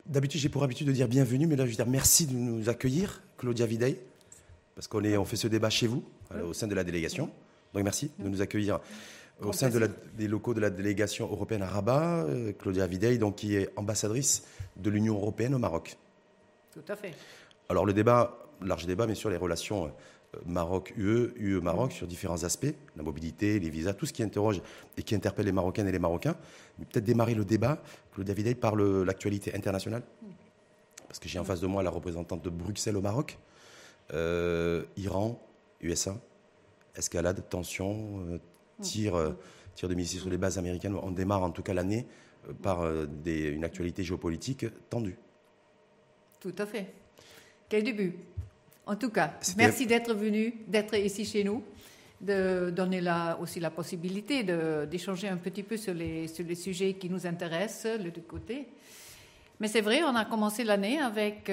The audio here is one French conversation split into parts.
D'habitude, j'ai pour habitude de dire bienvenue, mais là, je veux dire merci de nous accueillir, Claudia Videy, parce on fait ce débat chez vous, au sein de la délégation. Donc merci de nous accueillir au sein des locaux de la délégation européenne à Rabat. Claudia Videy, donc, qui est ambassadrice de l'Union européenne au Maroc. Tout à fait. Alors le débat, large débat, mais sur les relations Maroc-UE, UE-Maroc, sur différents aspects, la mobilité, les visas, tout ce qui interroge et qui interpelle les Marocaines et les Marocains. Mais peut-être démarrer le débat, Claudia Videy, par l'actualité internationale. Parce que j'ai en face de moi la représentante de Bruxelles au Maroc. Iran, USA, escalade, tension, tir de missiles sur les bases américaines. On démarre en tout cas l'année par une actualité géopolitique tendue. Tout à fait. Quel début. En tout cas, merci d'être venu, d'être ici chez nous, de donner aussi la possibilité d'échanger un petit peu sur les sujets qui nous intéressent, les deux côtés. Mais c'est vrai, on a commencé l'année avec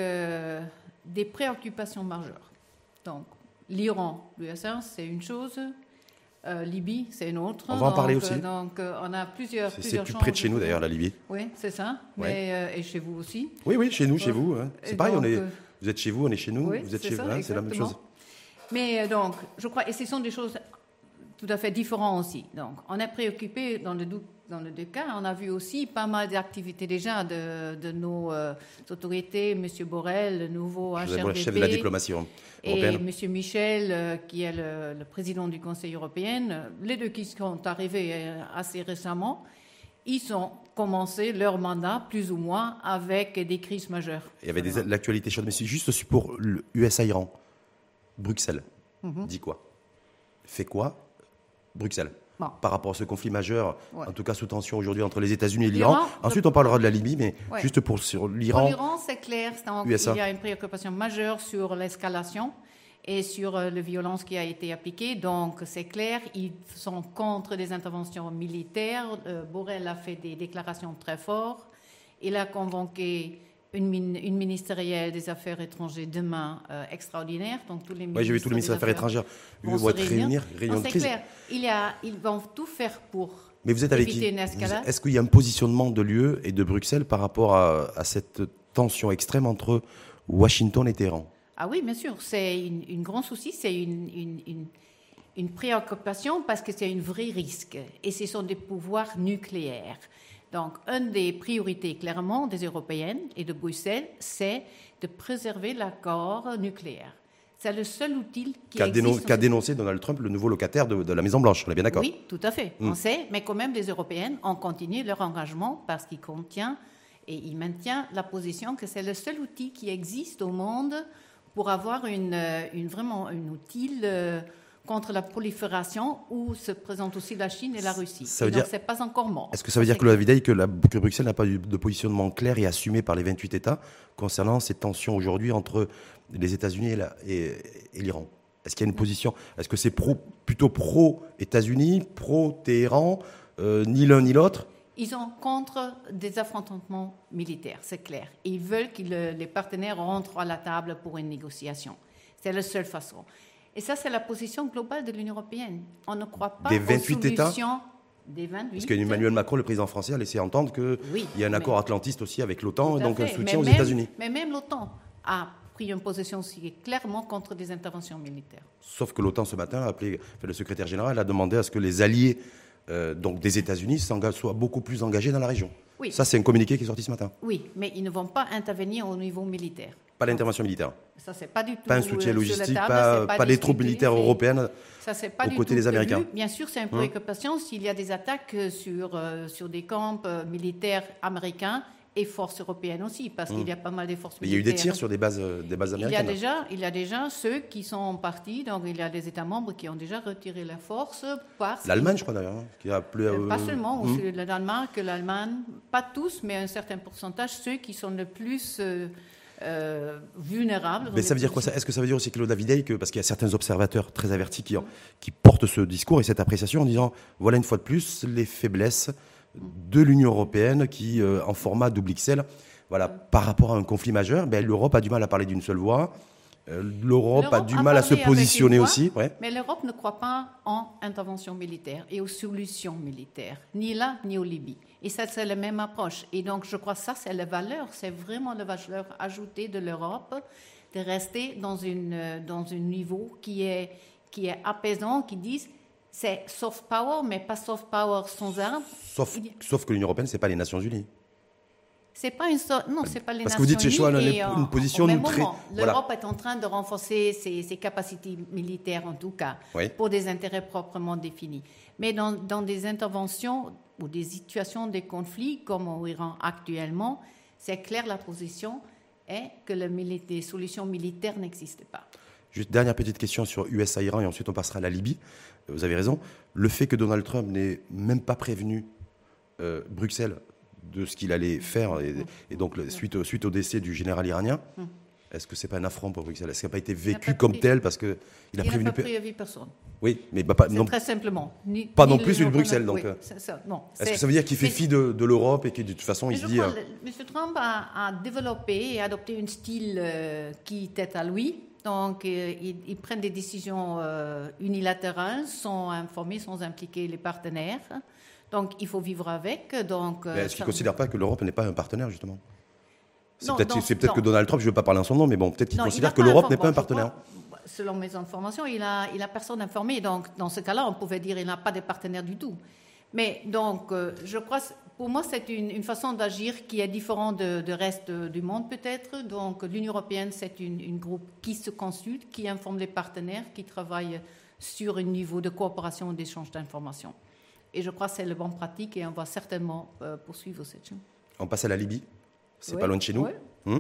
des préoccupations majeures. Donc, l'Iran, l'USA, c'est une chose. Libye, c'est une autre. On va en parler aussi. Donc, on a plusieurs c'est plus près de chez nous, d'ailleurs, la Libye. Oui, c'est ça. Ouais. Et chez vous aussi. Oui, chez nous, chez vous. Hein. C'est pareil, vous êtes chez vous, on est chez nous. Oui, vous êtes chez vous, hein, c'est la même chose. Mais donc, je crois, et ce sont des choses tout à fait différentes aussi. Donc, on est préoccupé dans les deux cas. On a vu aussi pas mal d'activités déjà de nos autorités. M. Borrell, le nouveau HRVP, chef de la diplomatie européenne. Et M. Michel, qui est le président du Conseil européen. Les deux qui sont arrivés assez récemment, ils ont commencé leur mandat, plus ou moins, avec des crises majeures. Il y avait l'actualité chaude, mais c'est juste aussi pour l'USA-Iran. Bruxelles dit quoi? Fait quoi Bruxelles par rapport à ce conflit majeur, en tout cas sous tension aujourd'hui entre les États-Unis et l'Iran. Ensuite, on parlera de la Libye, mais juste sur l'Iran. Pour l'Iran, c'est clair, il y a une préoccupation majeure sur l'escalation et sur la violence qui a été appliquée. Donc, c'est clair, ils sont contre des interventions militaires. Borrell a fait des déclarations très fortes. Il a convoqué une ministérielle des Affaires étrangères demain extraordinaire. Donc, tous les j'ai vu tous les ministres des Affaires étrangères vont se réunir de crise. C'est clair, ils vont tout faire pour Mais vous êtes avec éviter une escalade. Est-ce qu'il y a un positionnement de l'UE et de Bruxelles par rapport à cette tension extrême entre Washington et Téhéran? Ah oui, bien sûr. C'est un grand souci, c'est une préoccupation parce que c'est un vrai risque. Et ce sont des pouvoirs nucléaires. Donc, une des priorités, clairement, des Européennes et de Bruxelles, c'est de préserver l'accord nucléaire. C'est le seul outil qu'a dénoncé Donald Trump, le nouveau locataire de la Maison-Blanche. On est bien d'accord? Oui, tout à fait. On sait, mais quand même, les Européennes ont continué leur engagement parce qu'ils contiennent et ils maintiennent la position que c'est le seul outil qui existe au monde pour avoir vraiment un outil contre la prolifération où se présentent aussi la Chine et la Russie. Donc, c'est pas encore mort. Est-ce que ça veut dire, Claudia Videy, que Bruxelles n'a pas eu de positionnement clair et assumé par les 28 États concernant ces tensions aujourd'hui entre les États-Unis et l'Iran? Est-ce qu'il y a une position? Est-ce que c'est plutôt pro-États-Unis, pro-Téhéran, ni l'un ni l'autre? Ils sont contre des affrontements militaires, c'est clair. Ils veulent que les partenaires rentrent à la table pour une négociation. C'est la seule façon. Et ça, c'est la position globale de l'Union européenne. On ne croit pas aux solutions des 28. Parce qu'Emmanuel Macron, le président français, a laissé entendre qu'il y a un accord atlantiste aussi avec l'OTAN, et donc un soutien aux États-Unis. Mais même l'OTAN a pris une position aussi clairement contre des interventions militaires. Sauf que l'OTAN, ce matin, le secrétaire général a demandé à ce que les alliés donc des États-Unis soient beaucoup plus engagés dans la région. Oui. Ça, c'est un communiqué qui est sorti ce matin. Oui, mais ils ne vont pas intervenir au niveau militaire. Pas d'intervention militaire. Ça, c'est pas du tout. Pas un soutien logistique, pas des troupes militaires européennes aux côtés des Américains. Bien sûr, c'est une préoccupation s'il y a des attaques sur des camps militaires américains et forces européennes aussi, parce qu'il y a pas mal de forces militaires. Il y a eu des tirs sur des bases américaines. Il y a déjà ceux qui sont partis, donc il y a des États membres qui ont déjà retiré la force. L'Allemagne, je crois d'ailleurs, qui a appelé pas seulement, aussi le Danemark, l'Allemagne, pas tous, mais un certain pourcentage, ceux qui sont le plus vulnérables. Mais ça veut dire quoi ça? Est-ce que ça veut dire aussi, Claudia Videy, parce qu'il y a certains observateurs très avertis qui portent ce discours et cette appréciation en disant, voilà une fois de plus les faiblesses de l'Union européenne qui, en format double XL, par rapport à un conflit majeur, l'Europe a du mal à parler d'une seule voix. L'Europe a du mal à se positionner aussi. Mais l'Europe ne croit pas en intervention militaire et aux solutions militaires, ni là, ni au Libye. Et ça, c'est la même approche. Et donc, je crois que ça, c'est la valeur, c'est vraiment la valeur ajoutée de l'Europe, de rester dans un niveau qui est apaisant, qui disent c'est soft power, mais pas soft power sans armes. Sauf que l'Union européenne, ce n'est pas les Nations Unies. C'est pas une sorte, non, c'est pas les Parce Nations Unies. Parce que vous dites chez Choix, une position nous très. L'Europe est en train de renforcer ses capacités militaires, en tout cas, pour des intérêts proprement définis. Mais dans des interventions ou des situations de conflits, comme au Iran actuellement, c'est clair, la position est que les solutions militaires n'existent pas. Juste dernière petite question sur USA-Iran et ensuite on passera à la Libye. Vous avez raison. Le fait que Donald Trump n'ait même pas prévenu Bruxelles de ce qu'il allait faire, et donc suite au décès du général iranien, est-ce que ce n'est pas un affront pour Bruxelles? Est-ce qu'il n'a pas été vécu comme tel parce qu'il a prévenu... Il n'a pas prévu personne. Oui, mais très simplement. Pas non plus celui de Bruxelles. Donc, non, est-ce que ça veut dire qu'il fait fi de l'Europe et que de toute façon il se dit... M. Trump a développé et adopté un style qui est à lui. Donc, ils prennent des décisions unilatérales sans informer, sans impliquer les partenaires. Donc, il faut vivre avec. Donc, mais est-ce qu'il ne considère pas que l'Europe n'est pas un partenaire, justement? C'est non, peut-être que Donald Trump, je ne veux pas parler en son nom, mais bon, peut-être qu'il considère que l'Europe n'est pas un partenaire. Selon mes informations, il a personne informé. Donc, dans ce cas-là, on pouvait dire qu'il n'a pas de partenaire du tout. Mais donc, je crois, pour moi, c'est une façon d'agir qui est différente du reste du monde, peut-être. Donc, l'Union européenne, c'est un groupe qui se consulte, qui informe les partenaires, qui travaille sur un niveau de coopération et d'échange d'informations. Et je crois que c'est la bonne pratique et on va certainement poursuivre cette chose. On passe à la Libye. C'est pas loin de chez nous. Oui.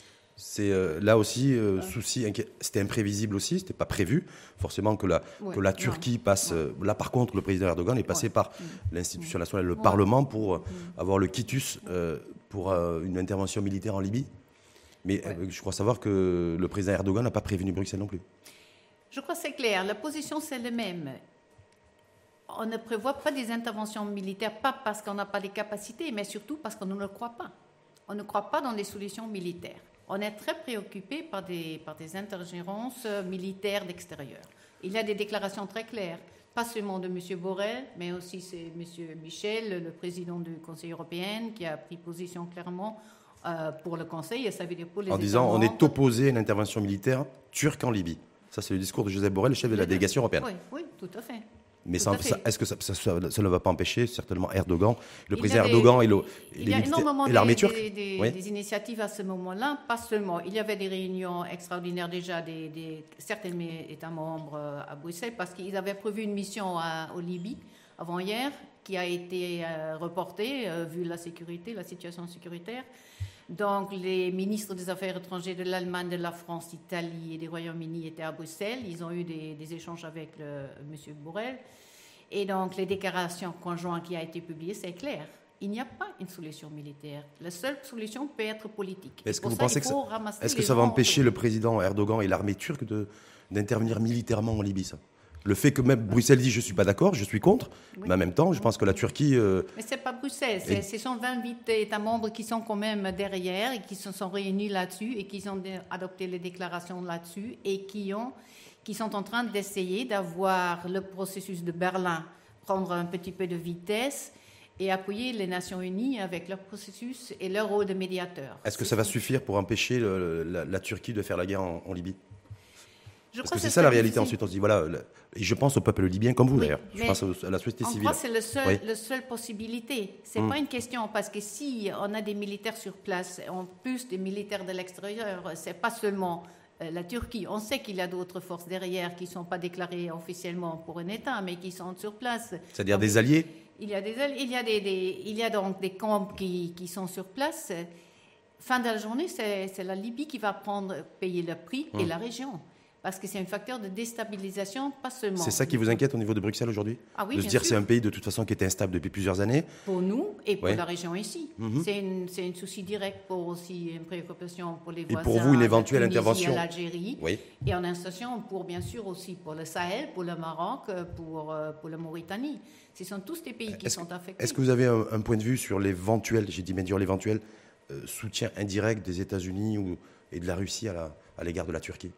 C'est là aussi souci, c'était imprévisible aussi, c'était pas prévu forcément que la Turquie passe. Là par contre, le président Erdogan est passé par l'institution nationale, le Parlement, pour avoir le quitus pour une intervention militaire en Libye. Mais je crois savoir que le président Erdogan n'a pas prévenu Bruxelles non plus. Je crois que c'est clair. La position c'est la même. On ne prévoit pas des interventions militaires, pas parce qu'on n'a pas les capacités, mais surtout parce qu'on ne le croit pas. On ne croit pas dans les solutions militaires. On est très préoccupé par des intergérences militaires d'extérieur. Il y a des déclarations très claires, pas seulement de M. Borrell, mais aussi c'est M. Michel, le président du Conseil européen, qui a pris position clairement pour le Conseil, et ça veut dire pour les en disant on est opposé à une intervention militaire turque en Libye. Ça, c'est le discours de Josep Borrell, le chef de la délégation européenne. Oui, tout à fait. Mais est-ce que ça ne va pas empêcher certainement Erdogan, le président Erdogan et l'armée turque? Des initiatives à ce moment-là, pas seulement. Il y avait des réunions extraordinaires déjà des certains États membres à Bruxelles parce qu'ils avaient prévu une mission au Libye avant-hier qui a été reportée vu la situation sécuritaire. Donc, les ministres des Affaires étrangères de l'Allemagne, de la France, d'Italie et du Royaume-Uni étaient à Bruxelles. Ils ont eu des échanges avec M. Borrell. Et donc, les déclarations conjointes qui ont été publiées, c'est clair. Il n'y a pas une solution militaire. La seule solution peut être politique. Est-ce que vous pensez que ça va empêcher le président Erdogan et l'armée turque d'intervenir militairement en Libye, ça? Le fait que même Bruxelles dit je ne suis pas d'accord, je suis contre, mais en même temps, je pense que la Turquie... Mais ce n'est pas Bruxelles, ce sont 28 États membres qui sont quand même derrière et qui se sont réunis là-dessus et qui ont adopté les déclarations là-dessus et qui sont en train d'essayer d'avoir le processus de Berlin prendre un petit peu de vitesse et appuyer les Nations Unies avec leur processus et leur rôle de médiateur. Est-ce que ça va suffire pour empêcher la Turquie de faire la guerre en Libye? Parce que c'est ça la réalité. Ensuite, on se dit, voilà, et je pense au peuple libyen comme vous d'ailleurs. Je pense à la société civile. En France, c'est la seule possibilité. Ce n'est pas une question, parce que si on a des militaires sur place, en plus des militaires de l'extérieur, ce n'est pas seulement la Turquie. On sait qu'il y a d'autres forces derrière qui ne sont pas déclarées officiellement pour un État, mais qui sont sur place. C'est-à-dire des alliés? Il y a donc des camps qui sont sur place. Fin de la journée, c'est la Libye qui va payer le prix et la région. Parce que c'est un facteur de déstabilisation, pas seulement. C'est ça qui vous inquiète au niveau de Bruxelles aujourd'hui? Oui, de se dire que c'est un pays de toute façon qui était instable depuis plusieurs années? Pour nous et pour la région ici. C'est un souci direct pour aussi une préoccupation pour les voisins. Et pour vous, une éventuelle intervention? L'Algérie. Et en installation pour, bien sûr, aussi pour le Sahel, pour le Maroc, pour la Mauritanie. Ce sont tous des pays qui sont affectés. Est-ce que vous avez un point de vue sur l'éventuel, j'ai dit bien dire l'éventuel, soutien indirect des États-Unis et de la Russie à l'égard de la Turquie?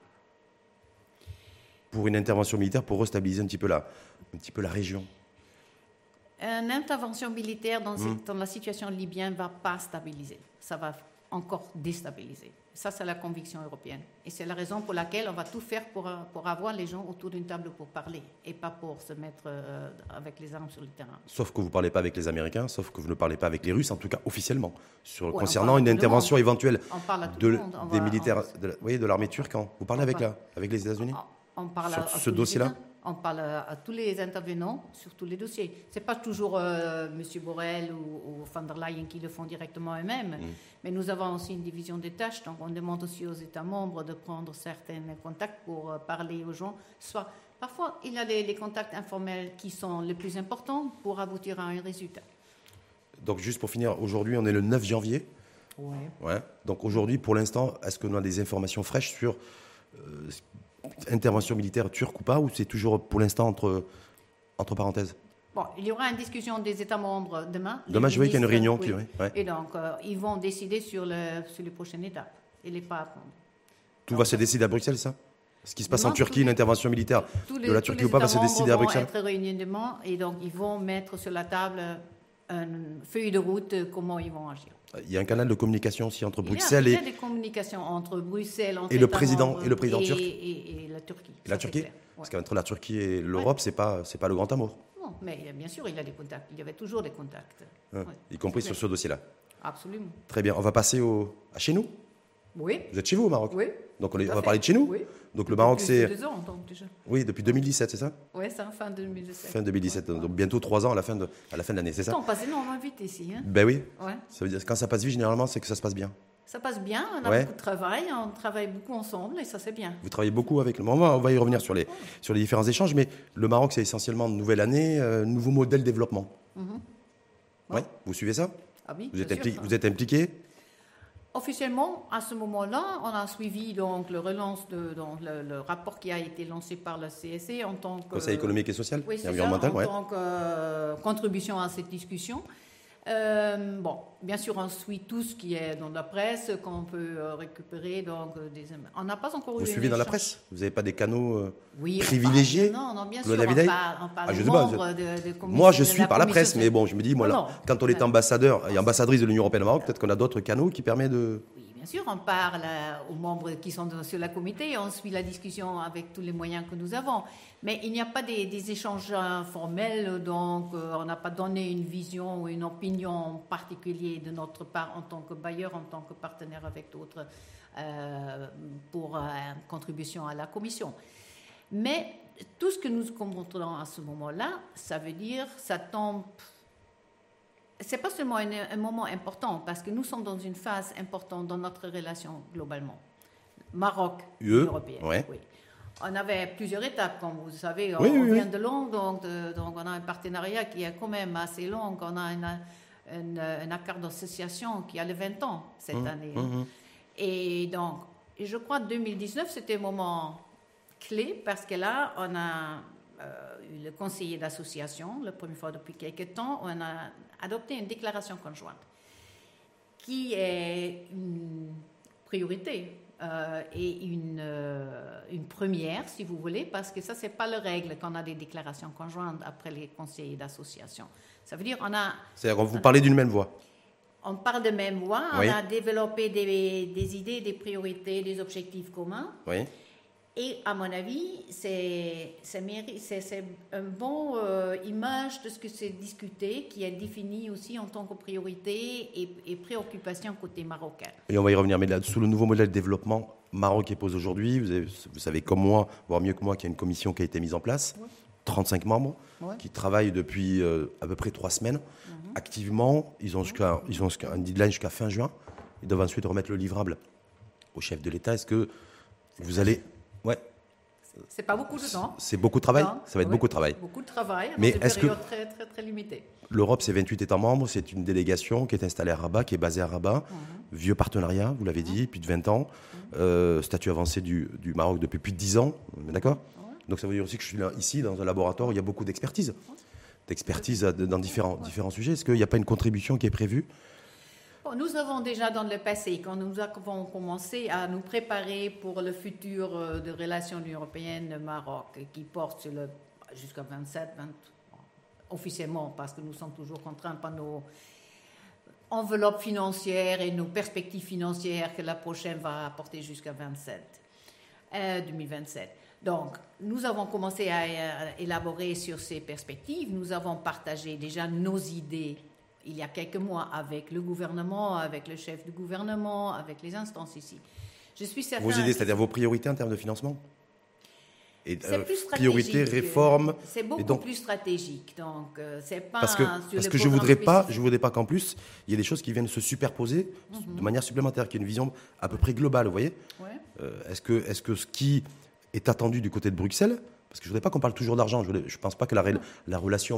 Pour une intervention militaire pour restabiliser un petit peu la région? Une intervention militaire dans la situation libyenne ne va pas stabiliser. Ça va encore déstabiliser. Ça, c'est la conviction européenne. Et c'est la raison pour laquelle on va tout faire pour avoir les gens autour d'une table pour parler et pas pour se mettre avec les armes sur le terrain. Sauf que vous ne parlez pas avec les Américains, sauf que vous ne parlez pas avec les Russes, en tout cas officiellement, concernant une intervention éventuelle des militaires de l'armée turque. Vous parlez avec les États-Unis on parle sur ce dossier-là. On parle à tous les intervenants sur tous les dossiers. Ce n'est pas toujours M. Borrell ou von der Leyen qui le font directement eux-mêmes, mais nous avons aussi une division des tâches, donc on demande aussi aux États membres de prendre certains contacts pour parler aux gens. Parfois, il y a les contacts informels qui sont les plus importants pour aboutir à un résultat. Donc juste pour finir, aujourd'hui on est le 9 janvier. Oui. Ouais. Donc aujourd'hui, pour l'instant, est-ce qu'on a des informations fraîches sur intervention militaire turque ou pas, ou c'est toujours pour l'instant entre parenthèses? Bon, il y aura une discussion des États membres demain. Demain, je vois qu'il y a une réunion. Oui. Ouais. Et donc, ils vont décider sur les prochaines étapes. Il n'est pas à prendre. Tout va se décider à Bruxelles, ça? Ce qui se passe en Turquie, une intervention militaire de la Turquie ou pas, va se décider à Bruxelles? Tous les États membres vont être réunis demain et donc ils vont mettre sur la table une feuille de route comment ils vont agir. Il y a un canal de communication aussi entre Bruxelles Il y a des communications entre Bruxelles, entre le président turc et la Turquie. Et la Turquie? Parce qu'entre la Turquie et l'Europe, c'est pas le grand amour. Non, mais bien sûr, il y a des contacts. Il y avait toujours des contacts. Y compris sur ce dossier-là. Absolument. Très bien. On va passer à chez nous. Oui. Vous êtes chez vous au Maroc? Oui. Donc on va parler de chez nous. Oui. Donc le Maroc, c'est... Depuis 2 ans, donc, déjà. Oui, depuis 2017, c'est ça? Oui, c'est fin 2017. Fin 2017, donc bientôt 3 ans à la fin de l'année, c'est ça? Le temps passe énormément vite ici. Hein? Ben oui. Ouais. Ça veut dire que quand ça passe vite, généralement, c'est que ça se passe bien. Ça passe bien, on a beaucoup de travail, on travaille beaucoup ensemble et ça c'est bien. Vous travaillez beaucoup avec le Maroc, on va y revenir sur les différents échanges, mais le Maroc, c'est essentiellement une nouvelle année, nouveau modèle de développement. Oui, vous suivez ça? Ah oui, vous êtes impliqué? Officiellement, à ce moment-là, on a suivi donc le rapport qui a été lancé par le CSE en tant que Conseil économique et social, et environnemental, en tant que contribution à cette discussion. Bien sûr, on suit tout ce qui est dans la presse, qu'on peut récupérer. Donc, on n'a pas encore eu. Vous suivez dans la presse? Vous n'avez pas des canaux oui, privilégiés? Non, bien sûr. On parle de membres moi, je suis par la presse, mais bon, je me dis, quand on est ambassadeur et ambassadrice de l'Union européenne au Maroc, peut-être qu'on a d'autres canaux qui permettent de... Oui, bien sûr, on parle aux membres qui sont sur la comité, on suit la discussion avec tous les moyens que nous avons. Mais il n'y a pas des échanges informels, donc on n'a pas donné une vision ou une opinion particulière de notre part en tant que bailleur, en tant que partenaire avec d'autres pour contribution à la commission. Mais tout ce que nous comprenons à ce moment-là, ça veut dire ça tombe... C'est pas seulement un moment important, parce que nous sommes dans une phase importante dans notre relation globalement. Maroc, Union européenne. Ouais. Oui. On avait plusieurs étapes, comme vous savez. On vient de long, donc on a un partenariat qui est quand même assez long. On a un accord d'association qui a les 20 ans cette année. Et donc, je crois que 2019, c'était un moment clé, parce que là, on a eu le conseiller d'association, la première fois depuis quelques temps, on a adopté une déclaration conjointe qui est une priorité et une première, si vous voulez, parce que ça, c'est pas la règle qu'on a des déclarations conjointes après les conseillers d'association. Ça veut dire c'est-à-dire vous parlez d'une même voix. On parle de même voix, on a développé des idées, des priorités, des objectifs communs. Oui. Et à mon avis, c'est une bonne image de ce que c'est discuté, qui est défini aussi en tant que priorité et préoccupation côté marocain. Et on va y revenir, mais là, sous le nouveau modèle de développement, Maroc est posé aujourd'hui. Vous savez comme moi, voire mieux que moi, qu'il y a une commission qui a été mise en place, 35 membres, qui travaillent depuis à peu près 3 semaines. Activement, ils ont un deadline jusqu'à fin juin. Ils doivent ensuite remettre le livrable au chef de l'État. Est-ce que vous allez... Ouais. C'est pas beaucoup de temps. C'est beaucoup de travail. Ça va être beaucoup de travail. Beaucoup de travail, dans mais une période très, très, très limitée. L'Europe, c'est 28 États membres. C'est une délégation qui est installée à Rabat, qui est basée à Rabat. Vieux partenariat, vous l'avez dit, plus de 20 ans. Statut avancé du Maroc depuis plus de 10 ans. D'accord. Donc ça veut dire aussi que je suis là, ici, dans un laboratoire où il y a beaucoup d'expertise. Dans différents sujets. Est-ce qu'il n'y a pas une contribution qui est prévue? Bon, nous avons déjà dans le passé, quand nous avons commencé à nous préparer pour le futur de relations européennes-Maroc, qui porte jusqu'à 27, officiellement, parce que nous sommes toujours contraints par nos enveloppes financières et nos perspectives financières que la prochaine va apporter jusqu'à 2027. Donc, nous avons commencé à élaborer sur ces perspectives. Nous avons partagé déjà nos idées il y a quelques mois avec le gouvernement, avec le chef du gouvernement, avec les instances ici. Je suis certaine... Vos idées, c'est-à-dire vos priorités en termes de financement? Et c'est plus stratégique. Priorité, réforme. C'est beaucoup plus stratégique. Donc, c'est pas parce que je voudrais pas qu'en plus il y ait des choses qui viennent se superposer de manière supplémentaire, qu'il y ait une vision à peu près globale, vous voyez. Ouais. Est-ce que ce qui est attendu du côté de Bruxelles, parce que je voudrais pas qu'on parle toujours d'argent, je pense pas que la relation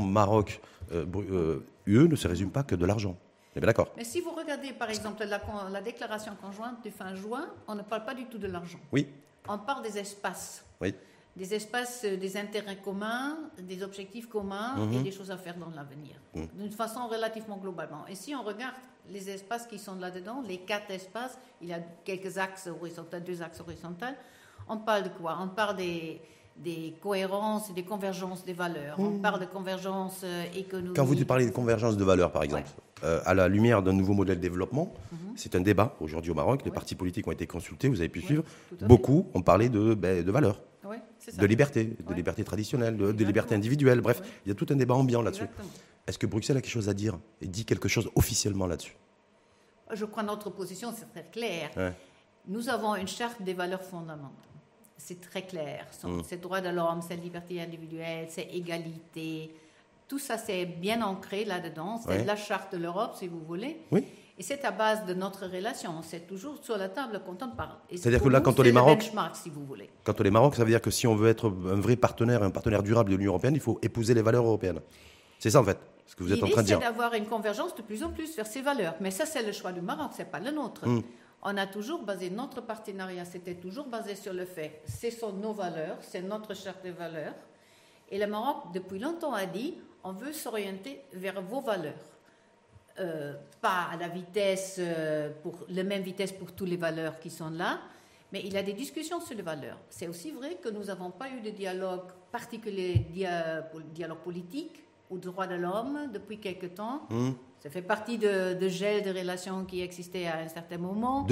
Maroc-UE ne se résume pas que de l'argent. On est bien d'accord. Mais si vous regardez par exemple la déclaration conjointe de fin juin, on ne parle pas du tout de l'argent. Oui. On parle des espaces. Oui. Des espaces, des intérêts communs, des objectifs communs et des choses à faire dans l'avenir. D'une façon relativement globalement. Et si on regarde les espaces qui sont là-dedans, les 4 espaces, il y a quelques axes horizontaux, 2 axes horizontaux. On parle de quoi? On parle des cohérences et des convergences des valeurs. On parle de convergence économique. Quand vous parlez de convergence de valeurs, par exemple, à la lumière d'un nouveau modèle de développement, c'est un débat aujourd'hui au Maroc. Les partis politiques ont été consultés, vous avez pu suivre. Beaucoup ont parlé de valeurs. Oui, c'est ça. De liberté, de liberté traditionnelle, de liberté individuelle. Bref, il y a tout un débat ambiant là-dessus. Exactement. Est-ce que Bruxelles a quelque chose à dire et dit quelque chose officiellement là-dessus? Je crois que notre position, c'est très clair. Ouais. Nous avons une charte des valeurs fondamentales. C'est très clair. C'est droit de l'homme, c'est liberté individuelle, c'est égalité. Tout ça, c'est bien ancré là-dedans. C'est la charte de l'Europe, si vous voulez. Oui. Et c'est à base de notre relation. C'est toujours sur la table quand on parle. C'est-à-dire que là, quand on est Maroc, benchmark, si vous voulez. Quand on est Maroc, ça veut dire que si on veut être un vrai partenaire, un partenaire durable de l'Union européenne, il faut épouser les valeurs européennes. C'est ça, en fait, ce que vous êtes en train de dire. L'idée, c'est d'avoir une convergence de plus en plus vers ces valeurs. Mais ça, c'est le choix du Maroc, c'est pas le nôtre. On a toujours basé notre partenariat, c'était toujours basé sur le fait, ce sont nos valeurs, c'est notre charte de valeurs. Et le Maroc, depuis longtemps, a dit, on veut s'orienter vers vos valeurs. Pas à la vitesse, la même vitesse pour toutes les valeurs qui sont là, mais il y a des discussions sur les valeurs. C'est aussi vrai que nous n'avons pas eu de dialogue particulier, dialogue politique ou droits de l'homme depuis quelque temps. Ça fait partie de gel de relations qui existaient à un certain moment.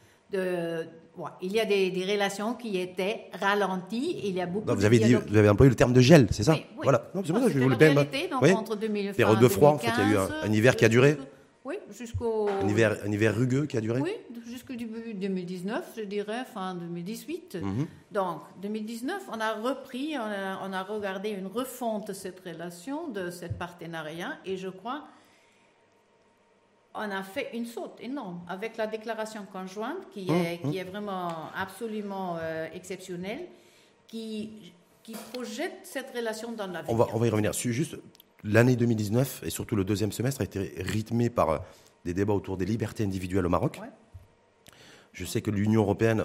Il y a des relations qui étaient ralenties. Et il y a beaucoup vous avez employé le terme de gel, c'est ça? Oui. Voilà. Non, c'est pour ça que je voulais bien. Entre 2000 période de froid, en fait, il y a eu un hiver qui a duré. Oui, jusqu'au... Un hiver rugueux qui a duré. Oui, jusqu'au début 2019, je dirais, fin 2018. Donc, 2019, on a repris, on a regardé une refonte de cette relation, de ce partenariat, et je crois on a fait une saute énorme avec la déclaration conjointe qui est vraiment absolument exceptionnelle, qui projette cette relation dans l'avenir. On va y revenir. Juste, l'année 2019 et surtout le deuxième semestre a été rythmé par des débats autour des libertés individuelles au Maroc. Ouais. Je sais que l'Union européenne,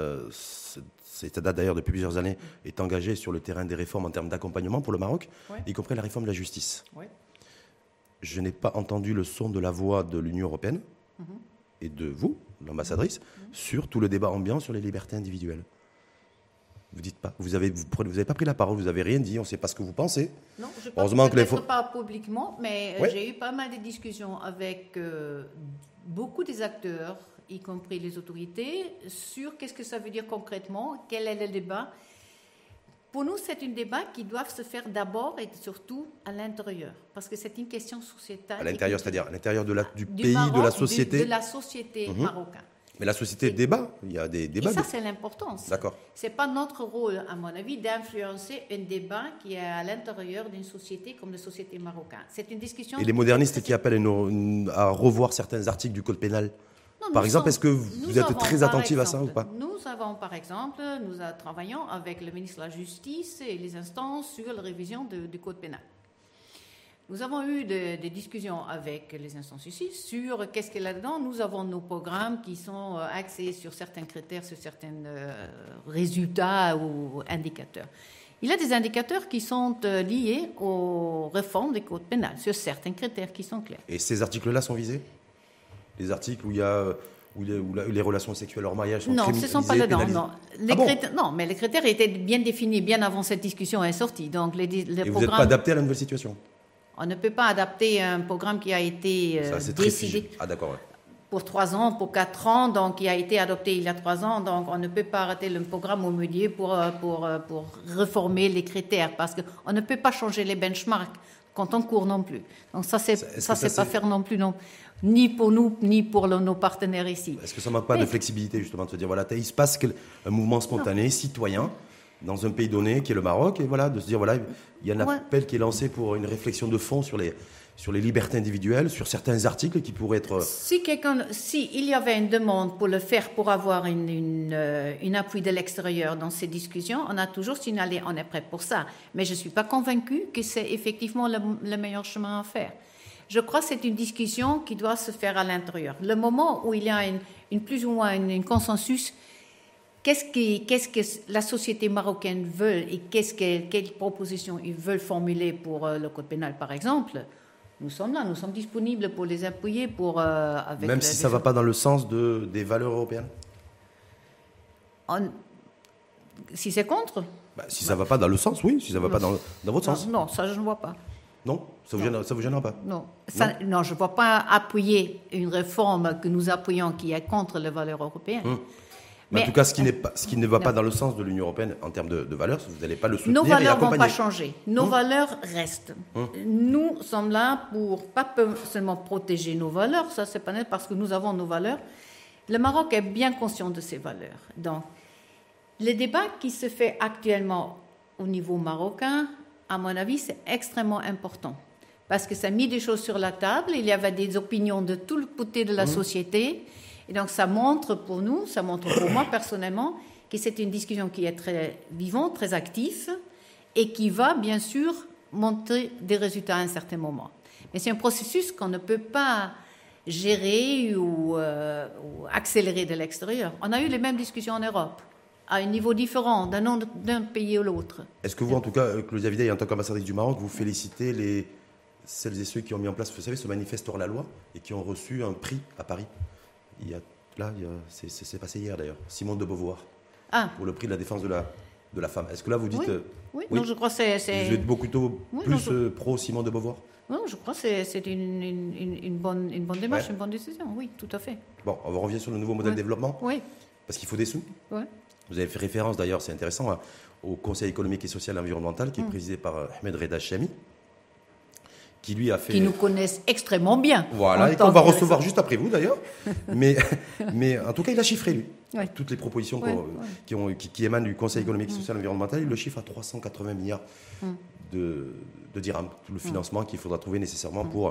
cette date d'ailleurs depuis plusieurs années, est engagée sur le terrain des réformes en termes d'accompagnement pour le Maroc, y compris la réforme de la justice. Ouais. Je n'ai pas entendu le son de la voix de l'Union européenne et de vous, l'ambassadrice, sur tout le débat ambiant sur les libertés individuelles. Vous dites pas, vous avez pas pris la parole, vous avez rien dit, on ne sait pas ce que vous pensez. Non, je ne peut-être pas publiquement, mais j'ai eu pas mal de discussions avec beaucoup des acteurs, y compris les autorités, sur qu'est-ce que ça veut dire concrètement, quel est le débat. Pour nous, c'est un débat qui doit se faire d'abord et surtout à l'intérieur, parce que c'est une question sociétale. À l'intérieur, c'est-à-dire à l'intérieur du pays, Maroc, de la société. De la société marocaine. Mais la société débat, il y a des débats. Et ça, c'est l'importance. D'accord. Ce n'est pas notre rôle, à mon avis, d'influencer un débat qui est à l'intérieur d'une société comme la société marocaine. C'est une discussion... Et les modernistes qui appellent à revoir certains articles du Code pénal. Non, par exemple, est-ce que vous êtes très attentive à ça ou pas? Nous avons, par exemple, nous travaillons avec le ministre de la Justice et les instances sur la révision du Code pénal. Nous avons eu des discussions avec les instances ici sur qu'est-ce qu'il y a là-dedans. Nous avons nos programmes qui sont axés sur certains critères, sur certains résultats ou indicateurs. Il y a des indicateurs qui sont liés aux réformes du Code pénal, sur certains critères qui sont clairs. Et ces articles-là sont visés? Les articles où les relations sexuelles hors mariage sont criminalisées? Non, ce ne sont pas dedans. Non, mais les critères étaient bien définis bien avant cette discussion est sortie. Donc, et vous n'êtes pas adapté à la nouvelle situation? On ne peut pas adapter un programme qui a été décidé pour 3 ans, pour 4 ans, donc qui a été adopté il y a 3 ans. Donc, on ne peut pas arrêter le programme au milieu pour reformer les critères parce qu'on ne peut pas changer les benchmarks quand on court non plus. Donc, ça, c'est pas faire non plus, non. Ni pour nous, ni pour nos partenaires ici. Est-ce que ça ne manque pas de flexibilité, justement, de se dire, voilà, il se passe un mouvement spontané, citoyen, dans un pays donné, qui est le Maroc, et voilà, de se dire, voilà, il y a un appel qui est lancé pour une réflexion de fond sur les libertés individuelles, sur certains articles qui pourraient être... Si il y avait une demande pour le faire, pour avoir une appui de l'extérieur dans ces discussions, on a toujours signalé, on est prêt pour ça. Mais je ne suis pas convaincue que c'est effectivement le meilleur chemin à faire. Je crois que c'est une discussion qui doit se faire à l'intérieur. Le moment où il y a plus ou moins un consensus, qu'est-ce que la société marocaine veut et quelles propositions ils veulent formuler pour le code pénal, par exemple, nous sommes là, nous sommes disponibles pour les appuyer. Même si ça ne va pas dans le sens des valeurs européennes. Si c'est contre si ça ne va pas dans le sens, oui. Si ça ne va pas dans votre sens. Non, ça je ne vois pas. Non, ça vous gênera pas. Non, non, je ne vois pas appuyer une réforme que nous appuyons qui est contre les valeurs européennes. Mais en tout cas, ce qui ne va pas dans le sens de l'Union européenne en termes de valeurs, vous n'allez pas le soutenir. Nos valeurs ne vont pas changer. Nos valeurs restent. Nous sommes là pour pas seulement protéger nos valeurs, ça c'est pas net parce que nous avons nos valeurs. Le Maroc est bien conscient de ses valeurs. Donc, le débat qui se fait actuellement au niveau marocain, à mon avis, c'est extrêmement important. Parce que ça a mis des choses sur la table, il y avait des opinions de tout le côté de la société. Et donc, ça montre pour nous, ça montre pour moi personnellement, que c'est une discussion qui est très vivante, très active, et qui va, bien sûr, montrer des résultats à un certain moment. Mais c'est un processus qu'on ne peut pas gérer ou accélérer de l'extérieur. On a eu les mêmes discussions en Europe, à un niveau différent d'un pays ou l'autre. Est-ce que vous, en tout cas, Claudia Vidal, en tant qu'ambassadrice du Maroc, vous félicitez celles et ceux qui ont mis en place, vous savez, ce manifeste hors la loi et qui ont reçu un prix à Paris? C'est passé hier d'ailleurs, Simone de Beauvoir, pour le prix de la défense de la femme. Est-ce que là vous dites... Oui. Non, je crois que c'est... Vous êtes beaucoup plus pro Simone de Beauvoir? Non, je crois que c'est une bonne démarche, une bonne décision, oui, tout à fait. Bon, on revient sur le nouveau modèle de développement. Oui. Parce qu'il faut des sous. Oui. Vous avez fait référence d'ailleurs, c'est intéressant, au Conseil économique et social et environnemental qui est présidé par Ahmed Reda Chami, qui nous connaissent extrêmement bien. Voilà, et qu'on va recevoir juste après vous d'ailleurs. mais en tout cas, il a chiffré, lui. Ouais. Toutes les propositions qui émanent du Conseil économique, social et environnemental, il le chiffre à 380 milliards de dirhams, tout le financement qu'il faudra trouver nécessairement pour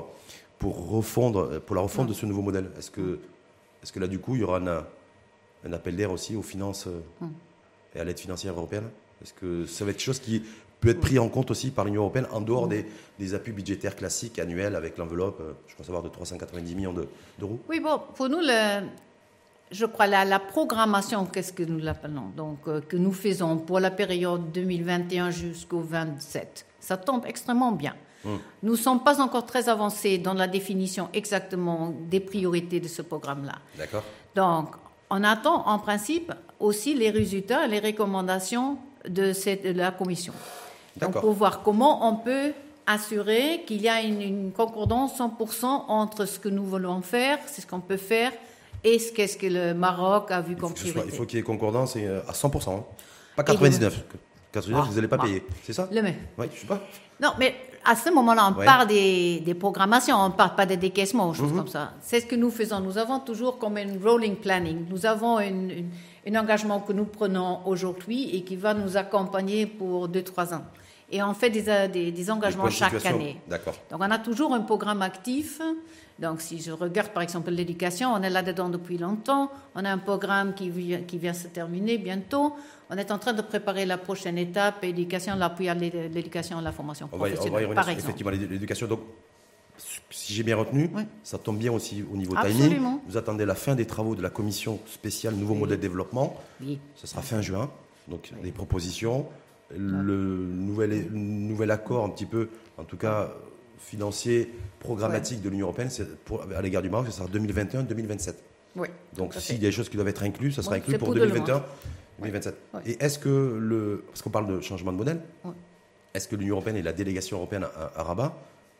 la refonte de ce nouveau modèle. Est-ce que là, du coup, il y aura un appel d'air aussi aux finances et à l'aide financière européenne? Est-ce que ça va être quelque chose qui peut être pris en compte aussi par l'Union européenne en dehors des appuis budgétaires classiques annuels avec l'enveloppe, je crois savoir, de 390 millions d'euros? Oui, bon, pour nous, je crois la programmation, qu'est-ce que nous l'appelons, donc que nous faisons pour la période 2021 jusqu'au 27, ça tombe extrêmement bien. Nous ne sommes pas encore très avancés dans la définition exactement des priorités de ce programme-là. D'accord. Donc, on attend en principe aussi les résultats et les recommandations de la Commission. Donc, pour voir comment on peut assurer qu'il y a une concordance 100% entre ce que nous voulons faire, c'est ce qu'on peut faire, et qu'est-ce que le Maroc a vu comme priorité. Il faut qu'il y ait concordance à 100%, hein. Pas 99%. 99%, vous n'allez pas payer, c'est ça? Oui, je ne sais pas. Non, mais à ce moment-là, on parle des programmations, on ne parle pas des décaissements, choses comme ça. C'est ce que nous faisons. Nous avons toujours comme un rolling planning. Nous avons un engagement que nous prenons aujourd'hui et qui va nous accompagner pour 2-3 ans. Et on fait des engagements chaque année. D'accord. Donc, on a toujours un programme actif. Donc, si je regarde, par exemple, l'éducation, on est là-dedans depuis longtemps. On a un programme qui vient se terminer bientôt. On est en train de préparer la prochaine étape, l'éducation, l'appui à l'éducation et la formation professionnelle, on va y revenir, par exemple. Effectivement, l'éducation. Donc, si j'ai bien retenu, ça tombe bien aussi au niveau Absolument. timing. Vous attendez la fin des travaux de la commission spéciale Nouveau Modèle de Développement. Oui. Ce sera fin juin. Donc, des propositions. Le nouvel accord, un petit peu, en tout cas, financier, programmatique de l'Union européenne, à l'égard du Maroc, ce sera 2021-2027. Oui. Donc, s'il y a des choses qui doivent être incluses, ça sera inclus pour 2021. 2027. Et est-ce que parce qu'on parle de changement de modèle, est-ce que l'Union européenne et la délégation européenne à Rabat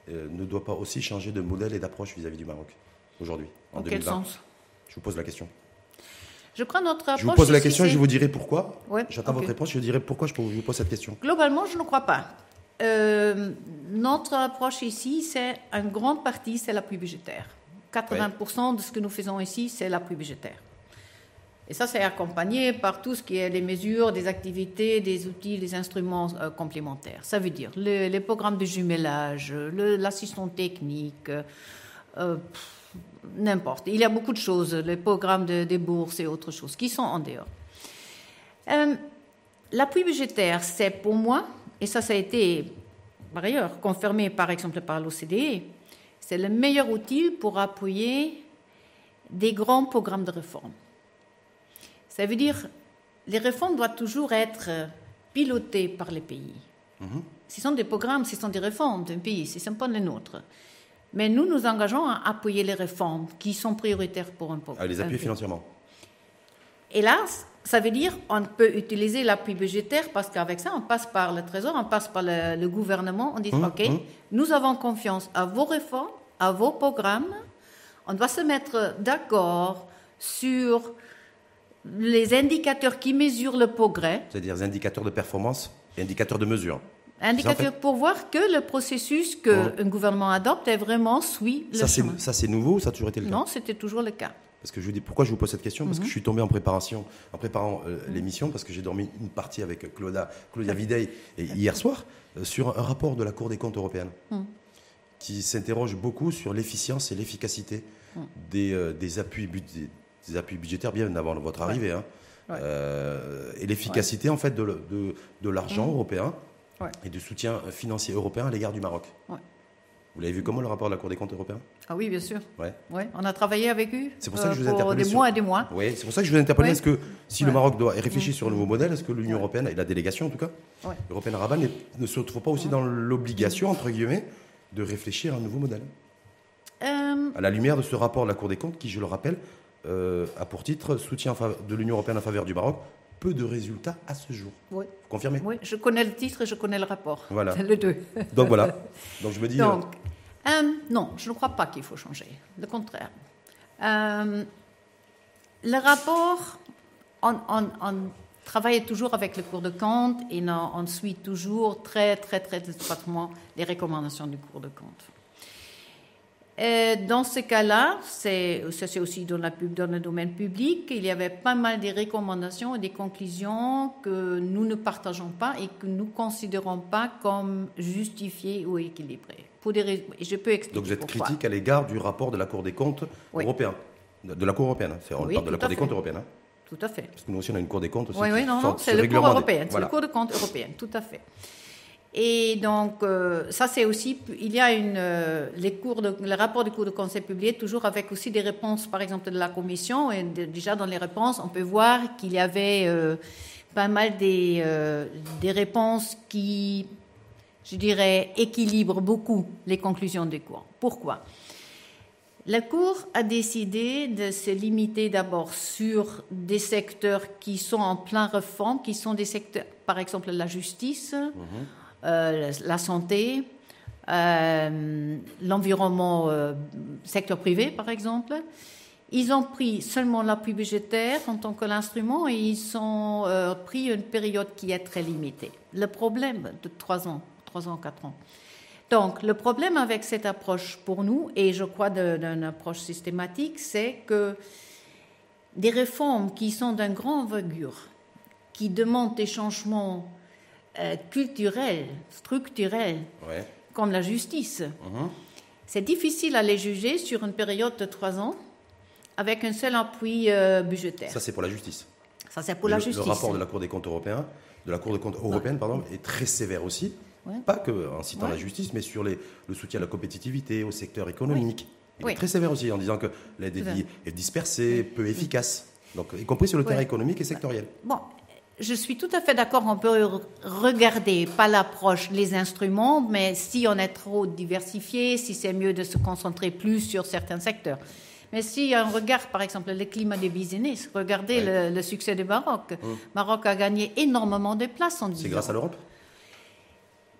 ne doit pas aussi changer de modèle et d'approche vis-à-vis du Maroc aujourd'hui, en 2020? Quel sens? Je vous pose la question. Je crois notre approche. Je vous pose la question et je vous dirai pourquoi. Ouais, J'attends votre réponse, je dirai pourquoi je vous pose cette question. Globalement, je ne crois pas. Notre approche ici, c'est une grande partie, c'est l'appui budgétaire. 80% de ce que nous faisons ici, c'est l'appui budgétaire. Et ça, c'est accompagné par tout ce qui est les mesures, des activités, des outils, des instruments complémentaires. Ça veut dire les programmes de jumelage, l'assistance technique, n'importe. Il y a beaucoup de choses, les programmes des bourses et autres choses qui sont en dehors. L'appui budgétaire, c'est pour moi, et ça a été par ailleurs confirmé par exemple par l'OCDE, c'est le meilleur outil pour appuyer des grands programmes de réforme. Ça veut dire les réformes doivent toujours être pilotées par les pays. Ce sont des programmes, ce sont des réformes d'un pays, ce ne sont pas les nôtres. Mais nous nous engageons à appuyer les réformes qui sont prioritaires pour un pays. À les appuyer financièrement. Et là, ça veut dire qu'on peut utiliser l'appui budgétaire parce qu'avec ça, on passe par le Trésor, on passe par le gouvernement, on dit OK, nous avons confiance à vos réformes, à vos programmes, on doit se mettre d'accord sur les indicateurs qui mesurent le progrès. C'est-à-dire les indicateurs de performance et indicateurs de mesure. Indicateurs pour voir que le processus qu'un gouvernement adopte est vraiment suit le chemin. Ça, c'est nouveau ou ça a toujours été le cas? Non, c'était toujours le cas. Parce que je vous dis, pourquoi je vous pose cette question? Parce que je suis tombé en préparant l'émission, parce que j'ai dormi une partie avec Claudia Videy hier soir, sur un rapport de la Cour des comptes européenne, qui s'interroge beaucoup sur l'efficience et l'efficacité des appuis budgétaires bien avant votre arrivée. Et l'efficacité, en fait, de l'argent européen et du soutien financier européen à l'égard du Maroc. Vous l'avez vu comment, le rapport de la Cour des comptes européen? Ah oui, bien sûr. On a travaillé avec eux pour des mois et des mois. Oui, c'est pour ça que je vous ai interpellé. Est-ce que si le Maroc doit réfléchir sur un nouveau modèle, est-ce que l'Union européenne, et la délégation en tout cas, européenne à Rabat, ne se retrouve pas aussi dans l'obligation, entre guillemets, de réfléchir à un nouveau modèle à la lumière de ce rapport de la Cour des comptes qui, je le rappelle, a pour titre « Soutien de l'Union européenne en faveur du Maroc ». Peu de résultats à ce jour. Oui. Vous confirmez? Oui, je connais le titre et je connais le rapport. Voilà. Les deux. Donc voilà. Donc je me dis... non, je ne crois pas qu'il faut changer. Le contraire. Le rapport, on travaille toujours avec le Cour des comptes et on suit toujours très, très, très étroitement les recommandations du Cour des comptes. Dans ce cas-là, ça c'est aussi dans le domaine public, il y avait pas mal de recommandations et des conclusions que nous ne partageons pas et que nous ne considérons pas comme justifiées ou équilibrées. Je peux expliquer. Donc vous êtes pourquoi. critique à l'égard du rapport de la Cour des comptes européen, de la Cour européenne. On parle de la Cour des comptes européenne. Tout à fait. Parce que nous aussi on a une Cour des comptes aussi. Oui, non, c'est la Cour européenne, c'est la Cour des comptes européenne, tout à fait. Et donc, ça c'est aussi, il y a le rapport du Cour des comptes est publié toujours avec aussi des réponses, par exemple de la Commission, et déjà dans les réponses, on peut voir qu'il y avait pas mal des réponses qui, je dirais, équilibrent beaucoup les conclusions des cours. Pourquoi? La Cour a décidé de se limiter d'abord sur des secteurs qui sont en plein réforme, qui sont des secteurs, par exemple la justice, la santé, l'environnement, secteur privé par exemple. Ils ont pris seulement l'appui budgétaire en tant que l'instrument et ils ont pris une période qui est très limitée. Le problème de 3 ans, 4 ans. Donc, le problème avec cette approche pour nous, et je crois d'une approche systématique, c'est que des réformes qui sont d'une grande envergure, qui demandent des changements culturels, structurels, comme la justice, c'est difficile à les juger sur une période de 3 ans avec un seul appui budgétaire. Ça, c'est pour la justice. Ça, c'est pour la justice. Le rapport de la Cour des comptes européenne, est très sévère aussi. Pas qu'en citant la justice, mais sur le soutien à la compétitivité, au secteur économique. Il est très sévère aussi, en disant que l'aide est dispersée, peu efficace, donc, y compris sur le terrain économique et sectoriel. Bon, je suis tout à fait d'accord, on peut regarder, pas l'approche, les instruments, mais si on est trop diversifié, si c'est mieux de se concentrer plus sur certains secteurs. Mais si on regarde, par exemple, le climat des business, regardez le succès du Maroc. Le Maroc a gagné énormément de places en 10 ans. C'est grâce à l'Europe?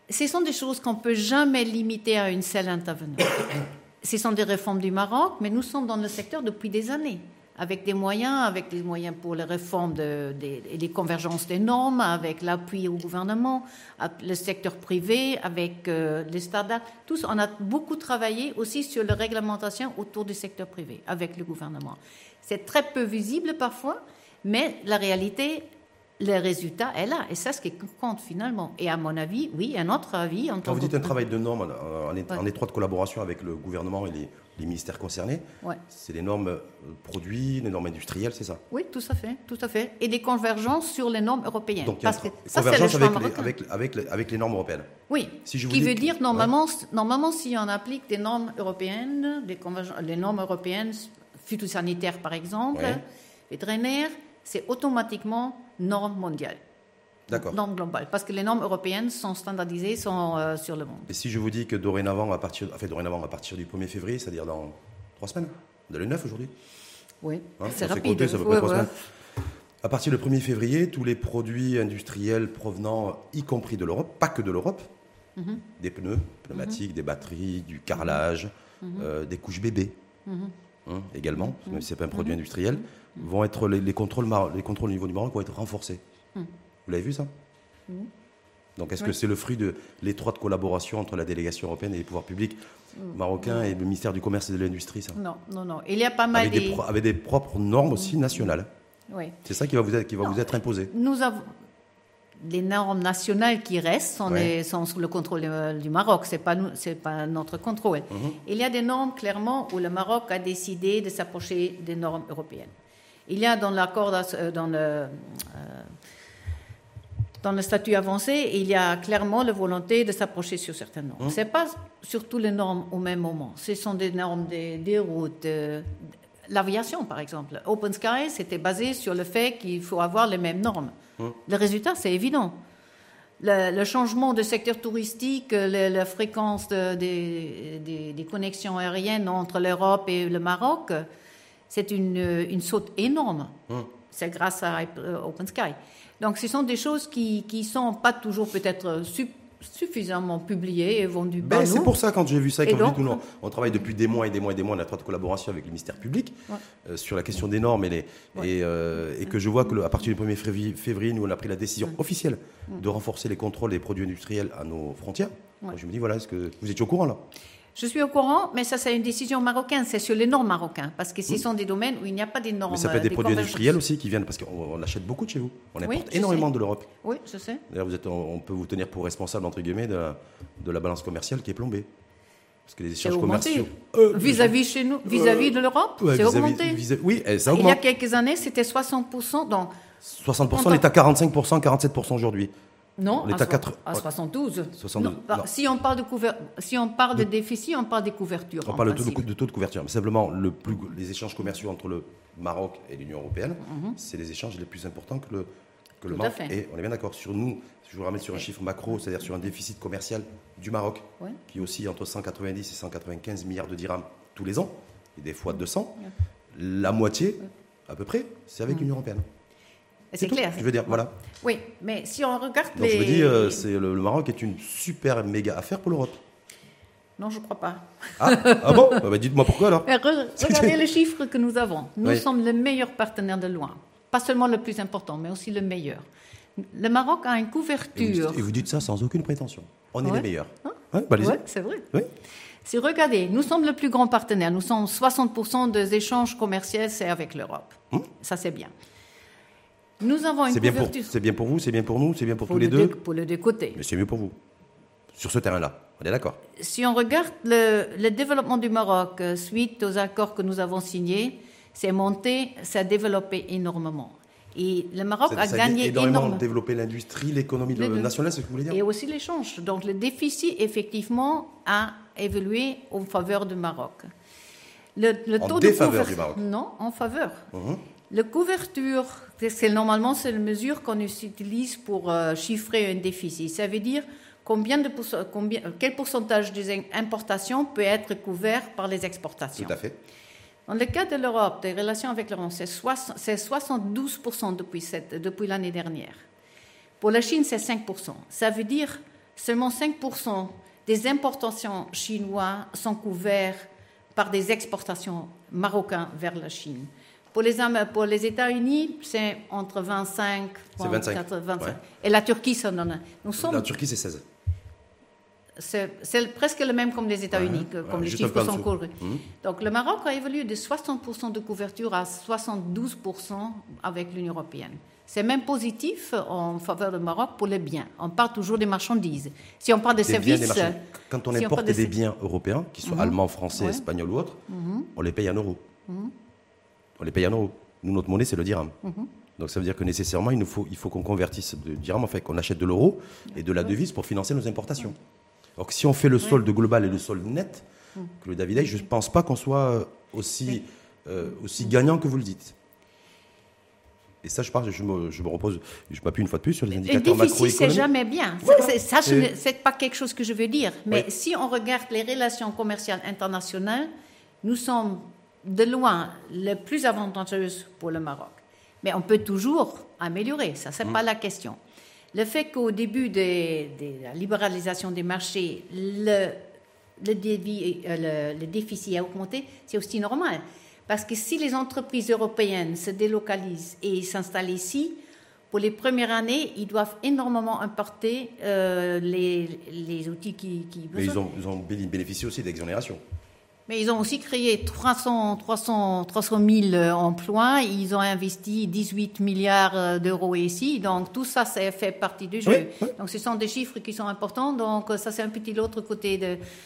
Ce sont des choses qu'on ne peut jamais limiter à une seule intervenante. Ce sont des réformes du Maroc, mais nous sommes dans le secteur depuis des années, avec des moyens pour les réformes et les convergences des normes, avec l'appui au gouvernement, le secteur privé, avec les startups. Tous, on a beaucoup travaillé aussi sur la réglementation autour du secteur privé, avec le gouvernement. C'est très peu visible parfois, mais la réalité, le résultat est là. Et ça, c'est ce qui compte finalement. Et à mon avis, oui, à notre avis... Quand vous dites un travail de normes en étroite collaboration avec le gouvernement et les ministères concernés, c'est les normes produits, les normes industrielles, c'est ça? Oui, tout à fait. Et des convergences sur les normes européennes. Donc, il y a convergence avec les normes européennes. Oui, si qui veut dire, normalement, si on applique des normes européennes, les normes européennes, phytosanitaires par exemple, vétérinaires, c'est automatiquement normes mondiales. D'accord. Normes globales, parce que les normes européennes sont standardisées sur le monde. Et si je vous dis que dorénavant, à partir du 1er février, c'est-à-dire dans 3 semaines, on est le 9 aujourd'hui. Oui, c'est rapide. Compté, ça peut pas 3 semaines. À partir du 1er février, tous les produits industriels provenant, y compris de l'Europe, pas que de l'Europe, des pneus, pneumatiques, des batteries, du carrelage, des couches bébés, également, même si ce n'est pas un produit industriel, vont être les contrôles au niveau du Maroc vont être renforcés. Vous l'avez vu ça? Donc est-ce que c'est le fruit de l'étroite collaboration entre la délégation européenne et les pouvoirs publics marocains et le ministère du Commerce et de l'Industrie, ça? Non. Il y a pas mal avec des propres normes aussi nationales. Oui. C'est ça qui va vous être imposé. Nous avons les normes nationales qui restent sont sous le contrôle du Maroc. C'est pas notre contrôle. Il y a des normes clairement où le Maroc a décidé de s'approcher des normes européennes. Il y a dans l'accord dans le statut avancé, il y a clairement la volonté de s'approcher sur certaines normes. Ce n'est pas sur toutes les normes au même moment. Ce sont des normes des routes, l'aviation par exemple. Open Sky, c'était basé sur le fait qu'il faut avoir les mêmes normes. Le résultat, c'est évident. Le changement de secteur touristique, la fréquence des connexions aériennes entre l'Europe et le Maroc, c'est une saute énorme. C'est grâce à Open Sky. Donc, ce sont des choses qui ne sont pas toujours peut-être suffisamment publiées et vendues par nous. C'est pour ça, quand j'ai vu ça, et quand je dis on travaille depuis des mois et des mois et des mois en étroite collaboration avec le ministère public sur la question des normes et que je vois qu'à partir du 1er février, nous, on a pris la décision officielle de renforcer les contrôles des produits industriels à nos frontières. Moi, je me dis, voilà, est-ce que vous étiez au courant, là? Je suis au courant, mais ça, c'est une décision marocaine. C'est sur les normes marocaines, parce que ce sont des domaines où il n'y a pas des normes. Mais ça peut être des produits industriels aussi qui viennent, parce qu'on achète beaucoup de chez vous. On importe énormément de l'Europe. Oui, je sais. D'ailleurs, on peut vous tenir pour responsable, entre guillemets, de la balance commerciale qui est plombée. Parce que les échanges commerciaux... vis-à-vis chez nous, vis-à-vis de l'Europe, c'est augmenté. Oui, ça augmente. Il y a quelques années, c'était 60%. Donc, 60%, on est à 45%, 47% aujourd'hui. Non, à 72. Si on parle de déficit, on parle des couvertures. On parle de taux de couverture. Mais simplement, les échanges commerciaux entre le Maroc et l'Union européenne, c'est les échanges les plus importants que le Maroc. Et on est bien d'accord. Sur nous, si je vous ramène sur un chiffre macro, c'est-à-dire sur un déficit commercial du Maroc, qui oscille entre 190 et 195 milliards de dirhams tous les ans, et des fois 200, la moitié, à peu près, c'est avec l'Union européenne. C'est clair. Je veux dire, voilà. Oui, mais si on regarde Donc je me dis, le Maroc est une super méga affaire pour l'Europe. Non, je ne crois pas. Ah bon? Dites-moi pourquoi alors. Regardez les chiffres que nous avons. Nous sommes le meilleur partenaire de loin. Pas seulement le plus important, mais aussi le meilleur. Le Maroc a une couverture. Et vous dites ça sans aucune prétention. On est les meilleurs. Oui, c'est vrai. Oui. Si regardez, nous sommes le plus grand partenaire. Nous sommes 60% des échanges commerciaux, c'est avec l'Europe. Ça, c'est bien. Nous avons une couverture. C'est bien pour vous, c'est bien pour nous, c'est bien pour tous les deux. Pour les deux côtés. Mais c'est mieux pour vous. Sur ce terrain-là, on est d'accord. Si on regarde le développement du Maroc suite aux accords que nous avons signés, c'est monté, ça a développé énormément. Et le Maroc a gagné énormément. Développé l'industrie, l'économie nationale, c'est ce que vous voulez dire? Et aussi l'échange. Donc le déficit, effectivement, a évolué en faveur du Maroc. En défaveur du Maroc? Non, en faveur. La couverture, normalement, c'est la mesure qu'on utilise pour chiffrer un déficit. Ça veut dire quel pourcentage des importations peut être couvert par les exportations. Tout à fait. Dans le cas de l'Europe, des relations avec l'Europe, c'est 72% depuis l'année dernière. Pour la Chine, c'est 5%. Ça veut dire seulement 5% des importations chinoises sont couvertes par des exportations marocaines vers la Chine. Pour les États-Unis, c'est entre 25, c'est 25. Ouais. Et la Turquie, ça en a. La Turquie, c'est 16. C'est presque le même comme les États-Unis, comme les chiffres sont couverts. Donc le Maroc a évolué de 60% de couverture à 72% avec l'Union européenne. C'est même positif en faveur du Maroc pour les biens. On parle toujours des marchandises. Si on parle des services... Quand on importe des biens européens, qu'ils soient allemands, français, espagnols ou autres, on les paye en euros. On les paye en euros. Nous, notre monnaie, c'est le dirham. Donc ça veut dire que nécessairement, il faut qu'on convertisse le dirham, en fait, qu'on achète de l'euro et de la devise pour financer nos importations. Alors que si on fait le solde global et le solde net, que le David, je ne pense pas qu'on soit aussi gagnant que vous le dites. Et ça, je me repose, je m'appuie une fois de plus sur les indicateurs macroéconomiques. Le déficit, c'est jamais bien. Voilà. Ça, c'est pas quelque chose que je veux dire. Mais si on regarde les relations commerciales internationales, nous sommes de loin les plus avantageuses pour le Maroc. Mais on peut toujours améliorer. Ça, c'est pas la question. Le fait qu'au début de la libéralisation des marchés, le déficit a augmenté, c'est aussi normal. Parce que si les entreprises européennes se délocalisent et s'installent ici, pour les premières années, ils doivent énormément importer les outils qui mais ils ont bénéficié aussi d'exonération. Mais ils ont aussi créé 300 000 emplois. Ils ont investi 18 milliards d'euros ici. Donc, tout ça, ça fait partie du jeu. Oui. Donc, ce sont des chiffres qui sont importants. Donc, ça, c'est un petit l'autre côté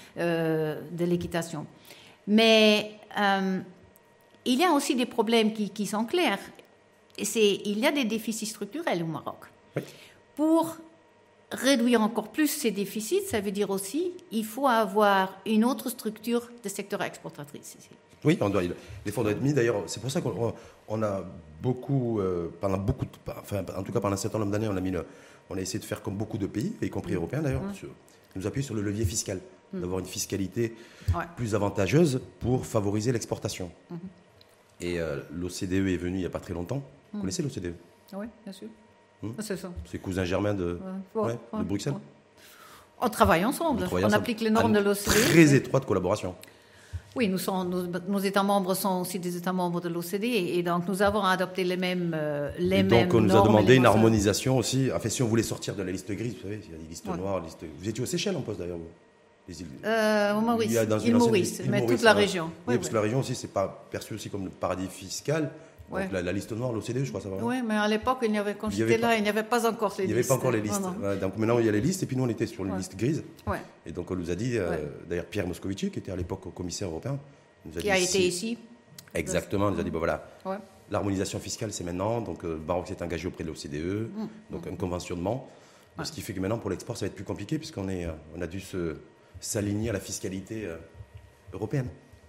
de l'équitation. Mais il y a aussi des problèmes qui sont clairs. Il y a des déficits structurels au Maroc. Oui. Pour réduire encore plus ces déficits, ça veut dire aussi qu'il faut avoir une autre structure de secteur exportatrice ici. Oui, les fonds doivent être mis. D'ailleurs, c'est pour ça qu'on a beaucoup, en tout cas pendant un certain nombre d'années, on a essayé de faire comme beaucoup de pays, y compris européens d'ailleurs, nous appuyer sur le levier fiscal, d'avoir une fiscalité plus avantageuse pour favoriser l'exportation. Et l'OCDE est venu il n'y a pas très longtemps. Vous connaissez l'OCDE? Oui, bien sûr. C'est ça. C'est cousin germain de Bruxelles. On travaille ensemble. On applique les normes de l'OCDE. Très étroite collaboration. Oui, nos États membres sont aussi des États membres de l'OCDE et donc nous avons adopté les mêmes normes. Donc on nous a demandé une harmonisation aussi. Enfin, si on voulait sortir de la liste grise, vous savez, il y a des listes noires. Vous étiez aux Seychelles en poste d'ailleurs, les îles. Au Maurice, île Maurice, mais toute la région. Oui, parce que la région aussi, c'est pas perçu aussi comme le paradis fiscal. Donc la liste noire, l'OCDE, je crois, ça va. Oui, mais à l'époque, quand j'étais là, il n'y avait pas encore les listes. Il n'y avait pas encore les listes. Donc maintenant, il y a les listes, et puis nous, on était sur les listes grises. Et donc on nous a dit, d'ailleurs Pierre Moscovici, qui était à l'époque au commissaire européen, nous a qui a été ici. Exactement, nous a dit, l'harmonisation fiscale, c'est maintenant. Donc le Maroc s'est engagé auprès de l'OCDE, donc un conventionnement. Ce qui fait que maintenant, pour l'export, ça va être plus compliqué, puisqu'on a dû s'aligner à la fiscalité européenne.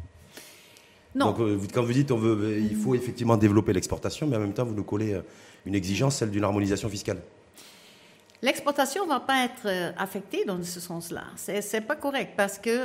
Non. Donc, quand vous dites il faut effectivement développer l'exportation, mais en même temps, vous nous collez une exigence, celle d'une harmonisation fiscale. L'exportation ne va pas être affectée dans ce sens-là. Ce n'est pas correct parce que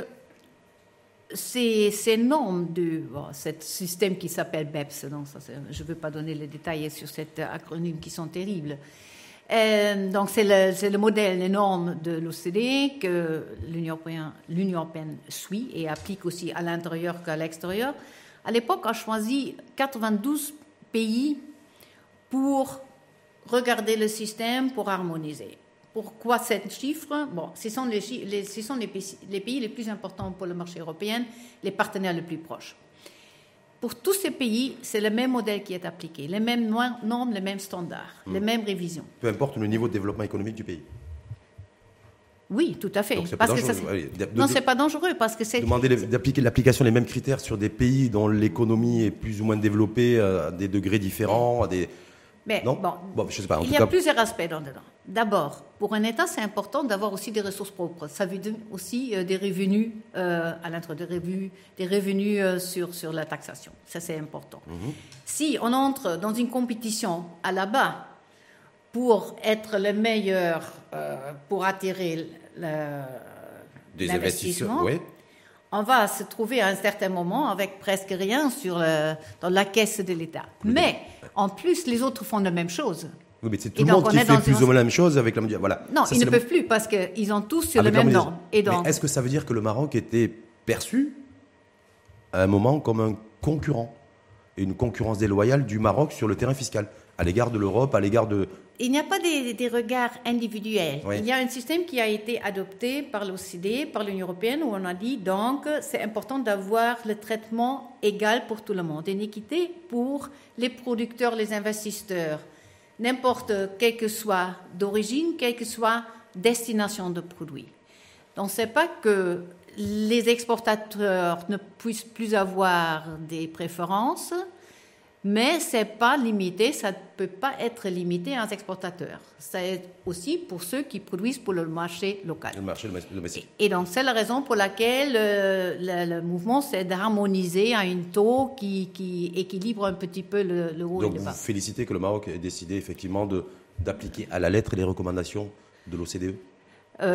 ces normes de ce système qui s'appelle BEPS, je ne veux pas donner les détails sur cet acronyme qui sont terribles. Donc c'est le modèle, les normes de l'OCDE que l'Union européenne suit et applique aussi à l'intérieur qu'à l'extérieur. À l'époque, on a choisi 92 pays pour regarder le système, pour harmoniser. Pourquoi ce chiffre? Ce sont les pays les plus importants pour le marché européen, les partenaires les plus proches. Pour tous ces pays, c'est le même modèle qui est appliqué, les mêmes normes, les mêmes standards, les mêmes révisions. Peu importe le niveau de développement économique du pays. Oui, tout à fait. Donc, c'est pas dangereux. Non, c'est pas dangereux parce que c'est... Demander d'appliquer l'application des mêmes critères sur des pays dont l'économie est plus ou moins développée à des degrés différents, à des... Mais non, je sais pas. Il y a plusieurs aspects dedans. D'abord, pour un État, c'est important d'avoir aussi des ressources propres. Ça veut dire aussi des revenus à l'intérieur, des revenus sur la taxation. Ça, c'est important. Si on entre dans une compétition à la base pour être le meilleur, pour attirer l'investissement, on va se trouver à un certain moment avec presque rien dans la caisse de l'État. Mais en plus, les autres font la même chose. Oui, mais c'est tout le monde qui fait plus ou moins la même chose avec la mondiale. Voilà. Non, ils ne peuvent plus parce qu'ils ont tous sur le même norme. Mais est-ce que ça veut dire que le Maroc était perçu à un moment comme un concurrent et une concurrence déloyale du Maroc sur le terrain fiscal à l'égard de l'Europe, à l'égard de... Il n'y a pas des regards individuels. Oui. Il y a un système qui a été adopté par l'OCDE, par l'Union européenne, où on a dit donc c'est important d'avoir le traitement égal pour tout le monde, une équité pour les producteurs, les investisseurs, n'importe quelle que soit d'origine, quelle que soit destination de produits. Donc c'est pas que les exportateurs ne puissent plus avoir des préférences, mais c'est pas limité, ça ne peut pas être limité à un exportateur. C'est aussi pour ceux qui produisent pour le marché local. Le marché domestique. Et donc c'est la raison pour laquelle le mouvement c'est d'harmoniser à un taux qui équilibre un petit peu le haut et le bas. Donc vous félicitez que le Maroc ait décidé effectivement d'appliquer à la lettre les recommandations de l'OCDE. Ça,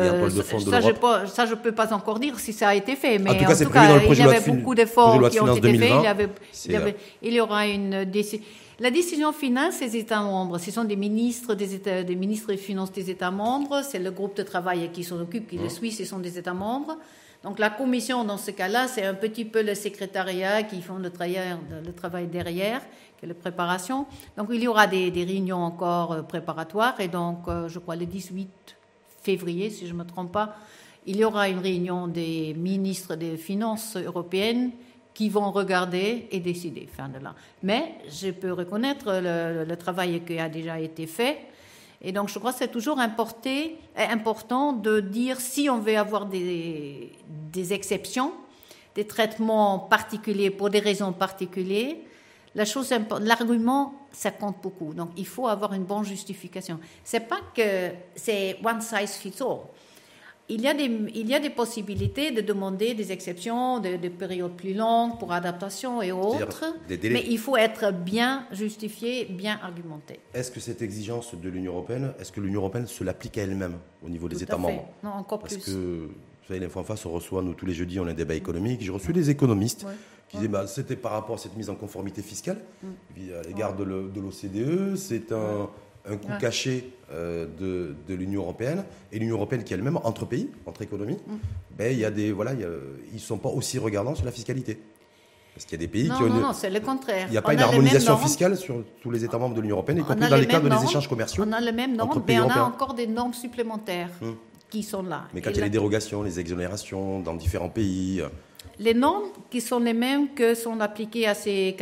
je ne peux pas encore dire si ça a été fait, mais en tout cas, il y avait beaucoup d'efforts qui ont été faits. Il y aura une décision. La décision finale, c'est les États membres. Ce sont des ministres des Finances des États membres. C'est le groupe de travail qui s'en occupe, qui le suit, ce sont des États membres. Donc la commission, dans ce cas-là, c'est un petit peu le secrétariat qui font le travail derrière, qui est la préparation. Donc il y aura des réunions encore préparatoires. Et donc, je crois, le 18 février, si je ne me trompe pas, il y aura une réunion des ministres des Finances européennes qui vont regarder et décider. Fin de là. Mais je peux reconnaître le travail qui a déjà été fait. Et donc, je crois que c'est toujours important de dire si on veut avoir des exceptions, des traitements particuliers pour des raisons particulières. L'argument, ça compte beaucoup. Donc, il faut avoir une bonne justification. C'est pas que c'est one size fits all. Il y a des possibilités de demander des exceptions, des périodes plus longues pour adaptation et autres. Mais il faut être bien justifié, bien argumenté. Est-ce que cette exigence de l'Union européenne, est-ce que l'Union européenne se l'applique à elle-même au niveau des États membres ? Non, encore plus. Parce que, vous savez, l'Info en face, on reçoit, nous, tous les jeudis, on a un débat économique. J'ai reçu des économistes qui disaient c'était par rapport à cette mise en conformité fiscale à l'égard de l'OCDE. C'est un coût caché de l'Union européenne. Et l'Union européenne qui elle-même, entre pays, entre économies, il y a ils ne sont pas aussi regardants sur la fiscalité. Parce qu'il y a des pays qui ont Non, c'est le contraire. Il n'y a pas une harmonisation fiscale sur tous les États membres de l'Union européenne, y compris dans les cadres des échanges commerciaux. On a les mêmes normes, mais on a encore des normes supplémentaires qui sont là. Mais quand il y a les dérogations, les exonérations dans différents pays... Les normes qui sont les mêmes que sont appliquées à ces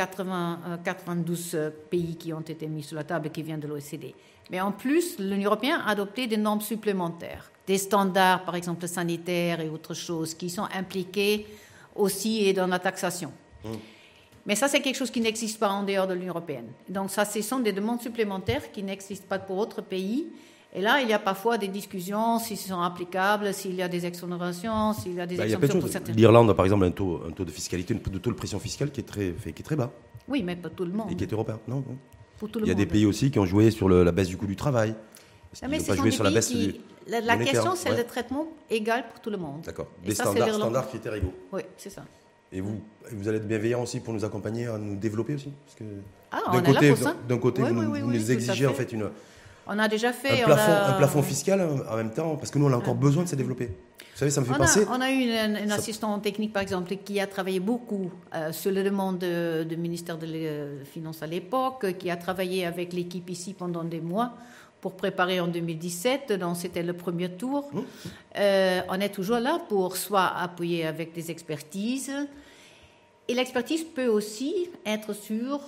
92 pays qui ont été mis sur la table et qui viennent de l'OECD. Mais en plus, l'Union européenne a adopté des normes supplémentaires, des standards, par exemple sanitaires et autres choses, qui sont impliqués aussi et dans la taxation. Mais ça, c'est quelque chose qui n'existe pas en dehors de l'Union européenne. Donc ça, ce sont des demandes supplémentaires qui n'existent pas pour d'autres pays. Et là, il y a parfois des discussions, s'ils sont applicables, s'il y a des exonérations, s'il y a des exemptions pour certains. L'Irlande a par exemple un taux de fiscalité, de taux de pression fiscale qui est très bas. Oui, mais pas tout le monde. Et qui est européen. Non. Pour tout le il y a monde. Des pays aussi qui ont joué sur la baisse du coût du travail. Mais c'est joué sur la baisse la question, c'est le traitement égal pour tout le monde. D'accord. Des standards critères égaux. Oui, c'est ça. Et vous allez être bienveillant aussi pour nous accompagner à nous développer aussi, parce que on est là pour ça. D'un côté, vous nous exigez en fait on a déjà fait un plafond fiscal en même temps, parce que nous on a encore besoin de se développer. Vous savez, ça me fait penser. On a eu un assistant technique par exemple qui a travaillé beaucoup sur les demandes du ministère des Finances à l'époque, qui a travaillé avec l'équipe ici pendant des mois pour préparer en 2017, donc c'était le premier tour. On est toujours là pour soit appuyer avec des expertises, et l'expertise peut aussi être sur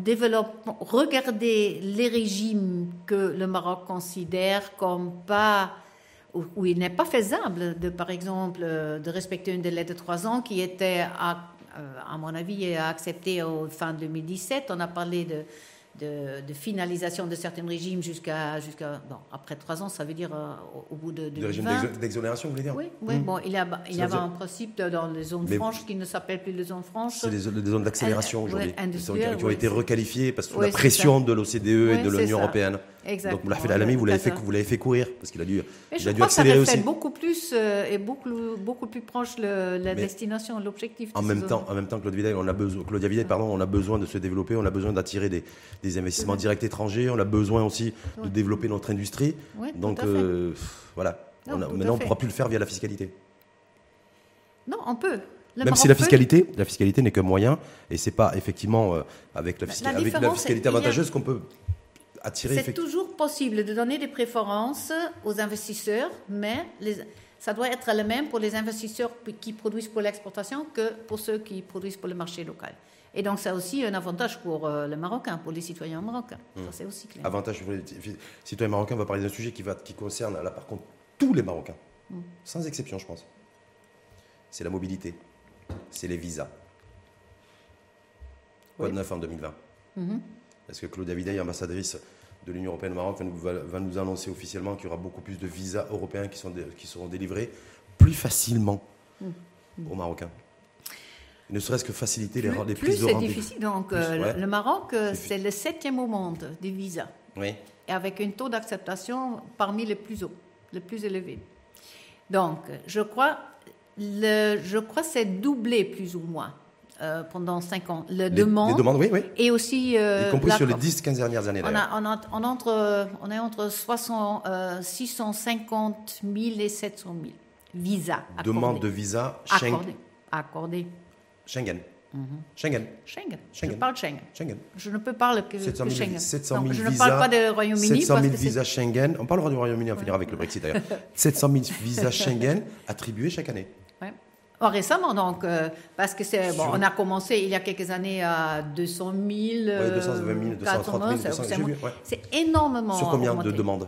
regarder les régimes que le Maroc considère comme pas, où il n'est pas faisable, par exemple, de respecter un délai de 3 ans qui était, à mon avis, accepté en fin 2017. On a parlé de finalisation de certains régimes après 3 ans, ça veut dire au bout de 2020. Le régime d'exonération, vous voulez dire ? Oui. Bon, il y avait un principe dans les zones franches qui ne s'appellent plus les zones franches. C'est des zones d'accélération aujourd'hui, qui ont été requalifiées parce que la c'est pression de l'OCDE et de l'Union européenne. Exactement. Donc l'ami, vous l'avez fait courir parce qu'il a dû, je crois accélérer que ça reflète beaucoup plus et beaucoup plus proche la destination, l'objectif. En même temps, Claudia Vidal, on a besoin de se développer, on a besoin d'attirer des investissements directs étrangers, on a besoin aussi de développer notre industrie. Oui, donc voilà. Maintenant, on ne pourra plus le faire via la fiscalité. Non, on peut. Même si la fiscalité n'est qu'un moyen, et c'est pas effectivement avec la fiscalité avantageuse qu'on peut attirer. C'est toujours possible de donner des préférences aux investisseurs, mais ça doit être le même pour les investisseurs qui produisent pour l'exportation que pour ceux qui produisent pour le marché local. Et donc, ça a aussi un avantage pour les Marocains, pour les citoyens marocains. Ça, c'est aussi clair. Avantage pour les citoyens marocains, on va parler d'un sujet qui concerne, là, par contre, tous les Marocains, sans exception, je pense. C'est la mobilité, c'est les visas. Quoi de neuf en 2020 Est-ce que Claudia Vidal, ambassadrice de l'Union européenne au Maroc, va nous annoncer officiellement qu'il y aura beaucoup plus de visas européens qui seront délivrés plus facilement aux Marocains? Ne serait-ce que faciliter les prises de rendez-vous. C'est difficile. Donc, le Maroc, c'est le 7e au monde des visas. Oui. Et avec un taux d'acceptation parmi les plus hauts, les plus élevés. Donc, je crois que c'est doublé plus ou moins pendant 5 ans. Les demandes, oui. Et aussi... y compris sur les 10-15 dernières années, d'ailleurs. On est entre 650 000 et 700 000 visas accordés. Demande de visa accordés. Schengen. Schengen. Je parle de Schengen. Je ne peux parler que 700 000, Schengen. 700 000 je ne parle pas du Royaume-Uni. 700 000 visas Schengen. On parlera du Royaume-Uni, on finira avec le Brexit d'ailleurs. 700 000 visas Schengen attribués chaque année. Ouais. Récemment, donc, parce que on a commencé il y a quelques années à 200 000, 220 000, 230 000, c'est énormément. Sur combien augmenté. de demandes?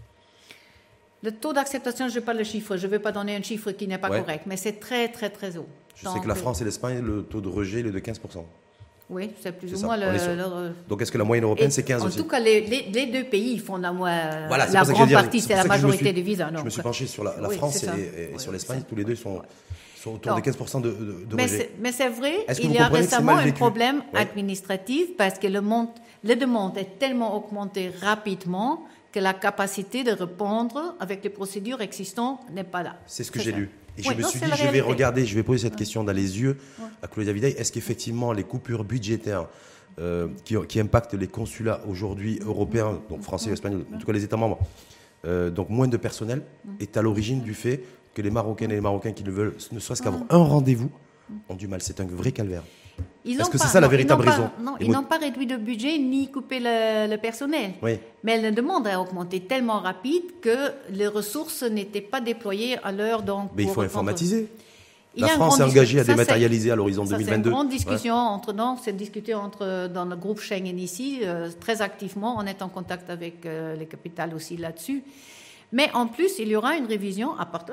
Le taux d'acceptation, je n'ai pas le chiffre, je ne vais pas donner un chiffre qui n'est pas correct, mais c'est très, très, très haut. Je sais que la France et l'Espagne, le taux de rejet est de 15%. Oui, c'est plus ou moins Donc est-ce que la moyenne européenne, c'est 15 aussi? En tout cas, les deux pays font la grande partie, c'est la majorité des visas. Je me suis penché sur la France et sur l'Espagne, tous les deux sont autour de 15% de rejet. Mais c'est vrai, il y a récemment un problème administratif parce que les demandes est tellement augmentée rapidement que la capacité de répondre avec les procédures existantes n'est pas là. C'est ce que j'ai lu. Et je me suis dit, je vais poser cette question dans les yeux à Claudia Vidal. Est-ce qu'effectivement, les coupures budgétaires qui impactent les consulats aujourd'hui européens, donc français et espagnols, en tout cas les États membres, donc moins de personnel, est à l'origine du fait que les Marocaines et les Marocains qui ne veulent ne serait-ce qu'avoir un rendez-vous ont du mal? C'est un vrai calvaire. Est-ce que c'est ça la véritable raison? Non, ils n'ont pas réduit le budget ni coupé le personnel. Oui. Mais la demande a augmenté tellement rapide que les ressources n'étaient pas déployées à l'heure. Mais il faut informatiser. La France est engagée à dématérialiser à l'horizon 2022. C'est une grande discussion c'est discuté dans le groupe Schengen ici, très activement. On est en contact avec les capitales aussi là-dessus. Mais en plus, il y aura une révision,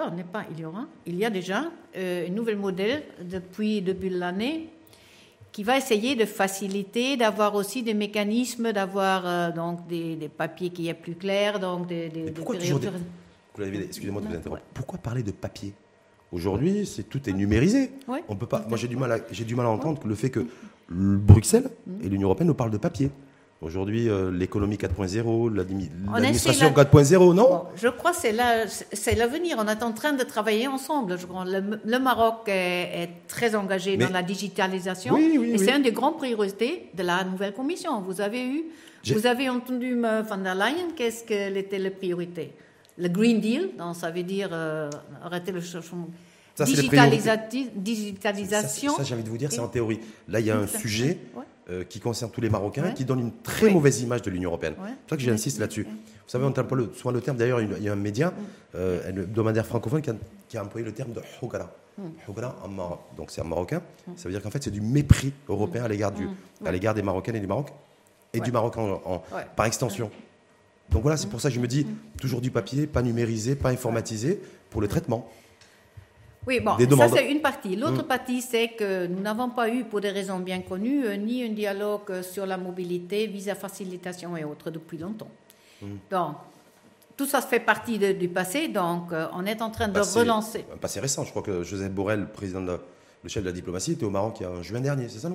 il y a déjà un nouvel modèle depuis début de l'année qui va essayer de faciliter, d'avoir aussi des mécanismes, d'avoir donc des papiers qui est plus clairs, donc pourquoi excusez-moi de vous interrompre. Pourquoi parler de papier? Aujourd'hui, tout est numérisé. Oui, on peut pas. Moi, j'ai du mal à entendre le fait que Bruxelles et l'Union européenne nous parlent de papier. Aujourd'hui, l'économie 4.0, l'administration 4.0, non? Bon, je crois que c'est l'avenir. On est en train de travailler ensemble. Je crois. Le Maroc est très engagé dans la digitalisation. Oui. C'est une des grandes priorités de la nouvelle commission. Vous avez entendu von der Leyen, qu'est-ce qu'elle était la priorité? Le Green Deal, donc ça veut dire arrêter le changement. Digitalisation. Ça, j'ai envie de vous dire, c'est en théorie. Là, il y a un sujet qui concerne tous les Marocains, qui donne une très mauvaise image de l'Union européenne. C'est pour ça que j'insiste là-dessus. Vous savez, on emploie souvent le terme, d'ailleurs, il y a un média, un hebdomadaire francophone qui a employé le terme de Hogara. Hogara en Maroc. Donc c'est en marocain. Ça veut dire qu'en fait, c'est du mépris européen à l'égard des Marocaines et du Maroc, et du Maroc par extension. Donc voilà, c'est pour ça que je me dis, toujours du papier, pas numérisé, pas informatisé, pour le traitement. Oui, bon, ça c'est une partie. L'autre partie, c'est que nous n'avons pas eu, pour des raisons bien connues, ni un dialogue sur la mobilité, visa facilitation et autres depuis longtemps. Donc, tout ça fait partie du passé, donc on est en train de relancer. Un passé récent, je crois que Joseph Borrell, le chef de la diplomatie, était au Maroc en juin dernier, c'est ça, non?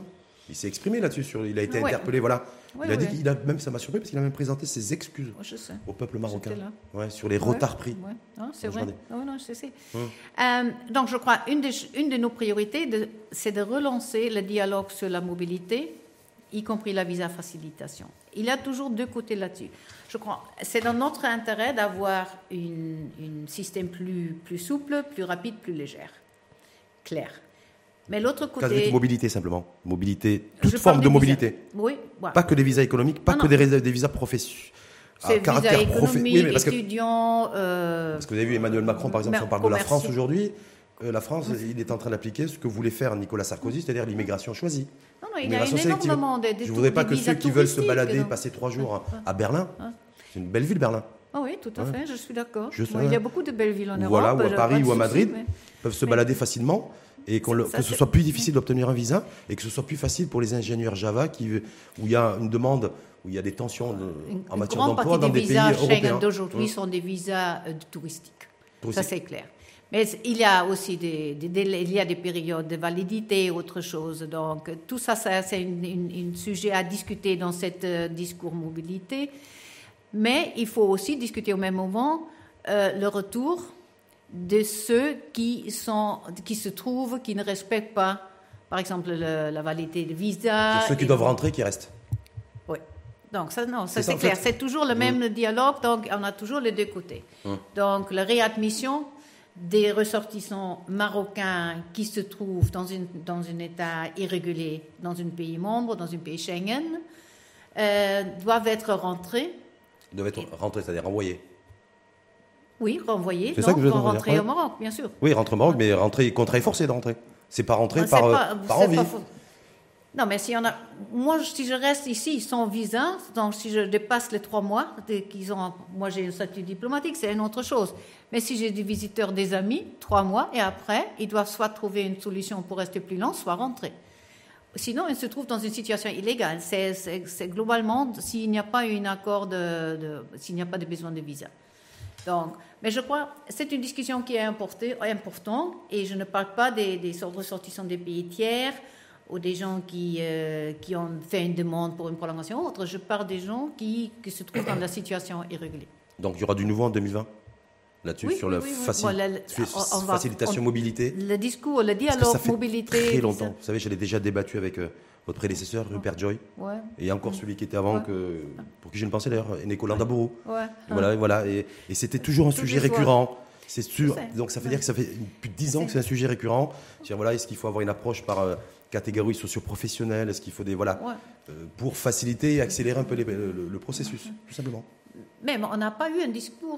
Il s'est exprimé là-dessus. Il a été interpellé. Voilà. Il a dit qu'il a même, ça m'a surpris parce qu'il a même présenté ses excuses au peuple marocain. Sur les retards pris. Non, c'est vrai. Non, je sais. Donc, je crois une de nos priorités, c'est de relancer le dialogue sur la mobilité, y compris la visa facilitation. Il y a toujours deux côtés là-dessus. Je crois c'est dans notre intérêt d'avoir un système plus souple, plus rapide, plus légère, clair. Mais l'autre côté... Mobilité, simplement. Mobilité, toute forme de mobilité. Visas. Oui. Voilà. Pas que des visas économiques, pas que des visas professionnels. C'est visas économiques, étudiants... Parce que vous avez vu Emmanuel Macron, par exemple, si on parle de la France aujourd'hui, la France, il est en train d'appliquer ce que voulait faire Nicolas Sarkozy, c'est-à-dire l'immigration choisie. Non, il y a énormément de je ne voudrais pas que ceux qui veulent se balader, passer 3 jours à Berlin, c'est une belle ville, Berlin. Oui, tout à fait, je suis d'accord. Il y a beaucoup de belles villes en Europe. Voilà, ou à Paris ou à Madrid, peuvent se balader facilement. Et que ce soit plus difficile d'obtenir un visa et que ce soit plus facile pour les ingénieurs Java où il y a une demande, où il y a des tensions en matière d'emploi dans des pays européens. Les visas Schengen d'aujourd'hui sont des visas touristiques. Ça, c'est clair. Mais il y a aussi il y a des périodes de validité, autre chose. Donc, tout ça, c'est un sujet à discuter dans ce discours mobilité. Mais il faut aussi discuter au même moment le retour de ceux qui se trouvent, qui ne respectent pas, par exemple, la validité de visa. Ceux qui doivent rentrer, qui restent. Oui. Donc, ça c'est clair. C'est toujours le même dialogue, donc on a toujours les deux côtés. Donc, la réadmission des ressortissants marocains qui se trouvent dans un état irrégulier, dans un pays membre, dans un pays Schengen, doivent être rentrés. Doivent être rentrés, c'est-à-dire envoyés. Oui, renvoyer, c'est ça que je veux rentrer au Maroc, bien sûr. Oui, rentrer au Maroc, mais rentrer, contrat est forcé de rentrer. C'est pas rentrer par envie. Non, mais moi, si je reste ici sans visa, donc si je dépasse les 3 mois moi j'ai un statut diplomatique, c'est une autre chose. Mais si j'ai des visiteurs, des amis, 3 mois, et après, ils doivent soit trouver une solution pour rester plus longtemps, soit rentrer. Sinon, ils se trouvent dans une situation illégale. C'est globalement, s'il n'y a pas un accord s'il n'y a pas de besoin de visa. Donc, mais je crois que c'est une discussion qui est importante et je ne parle pas des ressortissants des pays tiers ou des gens qui ont fait une demande pour une prolongation ou autre. Je parle des gens qui se trouvent dans la situation irrégulière. Donc, il y aura du nouveau en 2020 là-dessus, sur la facilitation mobilité. Le discours, le dialogue mobilité. Ça fait très longtemps. Vous savez, je l'ai déjà débattu avec votre prédécesseur, Rupert Joy, et encore celui qui était avant, pour qui je ne pensais d'ailleurs, Eneko Landabourou. Voilà, et c'était toujours un sujet récurrent. C'est sûr. Donc ça veut dire que ça fait plus de 10 ans que c'est un sujet récurrent. Est-ce qu'il faut avoir une approche par catégorie socio-professionnelle? Est-ce qu'il faut pour faciliter et accélérer un peu le processus, tout simplement? Mais on n'a pas eu un discours,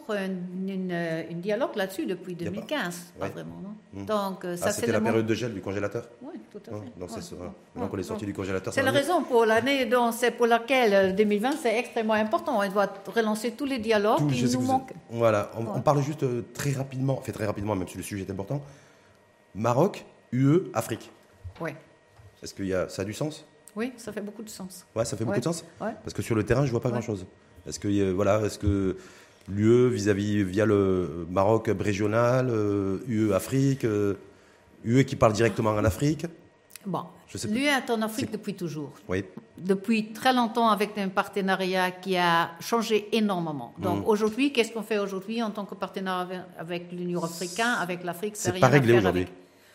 un dialogue là-dessus depuis 2015, pas vraiment, non? Donc, c'était la période de gel du congélateur? Oui, tout à fait. Donc, donc on est sorti du congélateur. C'est la raison pour l'année pour laquelle 2020, c'est extrêmement important. On doit relancer tous les dialogues qui nous manquent. Voilà, on parle juste très rapidement, même si le sujet est important. Maroc, UE, Afrique. Oui. Est-ce que ça a du sens? Oui, ça fait beaucoup de sens. Ouais, ça fait beaucoup de sens? Parce que sur le terrain, je ne vois pas grand-chose. Est-ce que l'UE via le Maroc régional, UE Afrique, UE qui parle directement en Afrique? Bon, l'UE est en Afrique depuis toujours. Oui. Depuis très longtemps avec un partenariat qui a changé énormément. Donc aujourd'hui, qu'est-ce qu'on fait aujourd'hui en tant que partenaire avec l'Union africaine, avec l'Afrique? C'est pas réglé aujourd'hui.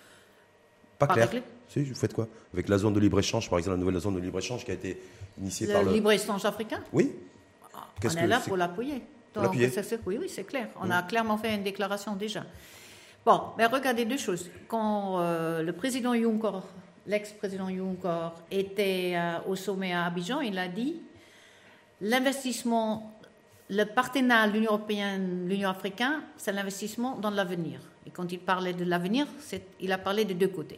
Pas clair. Réglé. Si, vous faites quoi? Avec la zone de libre-échange, par exemple, la nouvelle zone de libre-échange qui a été initiée par le libre-échange africain? Oui. On est là pour l'appuyer. Oui, c'est clair. On a clairement fait une déclaration déjà. Bon, mais regardez deux choses. Quand le président Juncker, l'ex-président Juncker, était au sommet à Abidjan, il a dit l'investissement, le partenariat de l'Union européenne, l'Union africaine, c'est l'investissement dans l'avenir. Et quand il parlait de l'avenir, il a parlé de deux côtés.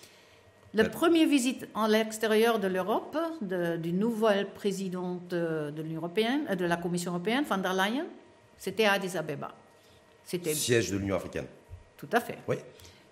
La première visite à l'extérieur de l'Europe du nouvel président de l'Union européenne, de la Commission européenne, von der Leyen, c'était à Addis Abeba. C'était siège de l'Union africaine. Tout à fait. Oui.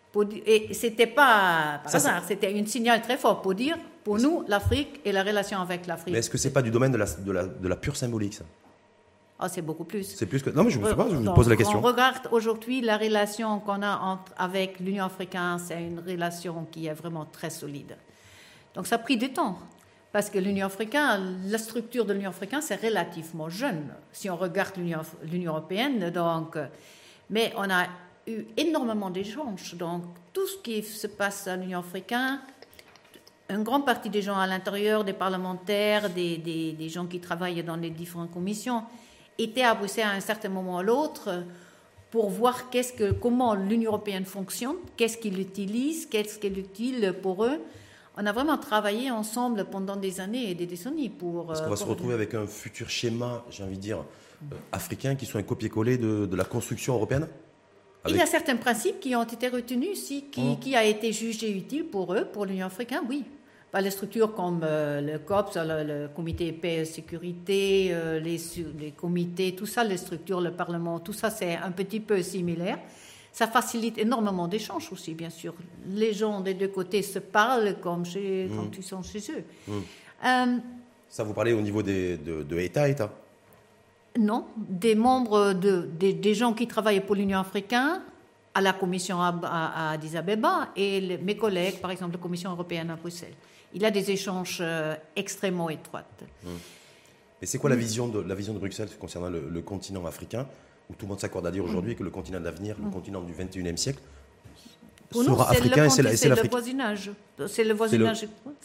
Et c'était pas par hasard, c'était un signal très fort pour dire, pour nous, l'Afrique et la relation avec l'Afrique. Mais est-ce que c'est pas du domaine de la pure symbolique, ça? C'est beaucoup plus. C'est plus que... Non, mais je ne sais pas, je vous pose la question. On regarde aujourd'hui la relation qu'on a avec l'Union africaine, c'est une relation qui est vraiment très solide. Donc ça a pris du temps. Parce que l'Union africaine, la structure de l'Union africaine, c'est relativement jeune. Si on regarde l'Union européenne, donc, mais on a eu énormément d'échanges. Donc tout ce qui se passe à l'Union africaine, une grande partie des gens à l'intérieur, des parlementaires, des gens qui travaillent dans les différentes commissions, étaient à Bruxelles à un certain moment ou l'autre pour voir comment l'Union européenne fonctionne, qu'est-ce qu'ils utilisent, qu'est-ce qui est utile pour eux. On a vraiment travaillé ensemble pendant des années et des décennies pour... Est-ce qu'on va se retrouver avec un futur schéma, j'ai envie de dire, africain, qui soit un copier-coller de la construction européenne ? Il y a certains principes qui ont été retenus ici, qui a été jugé utile pour eux, pour l'Union africaine, oui. Par les structures comme le COPS, le Comité paix et sécurité, les comités, tout ça, les structures, le Parlement, tout ça, c'est un petit peu similaire. Ça facilite énormément d'échanges aussi, bien sûr. Les gens des deux côtés se parlent comme quand ils sont chez eux. Ça, vous parlez au niveau de État à État ? Non, des membres, des gens qui travaillent pour l'Union africaine, à la Commission à Addis Abeba, et mes collègues, par exemple, la Commission européenne à Bruxelles. Il y a des échanges extrêmement étroits. Mais c'est quoi la vision de Bruxelles concernant le continent africain, où tout le monde s'accorde à dire aujourd'hui que le continent d'avenir, le continent du 21e siècle, sera africain et c'est l'Afrique. Le voisinage. C'est le voisinage.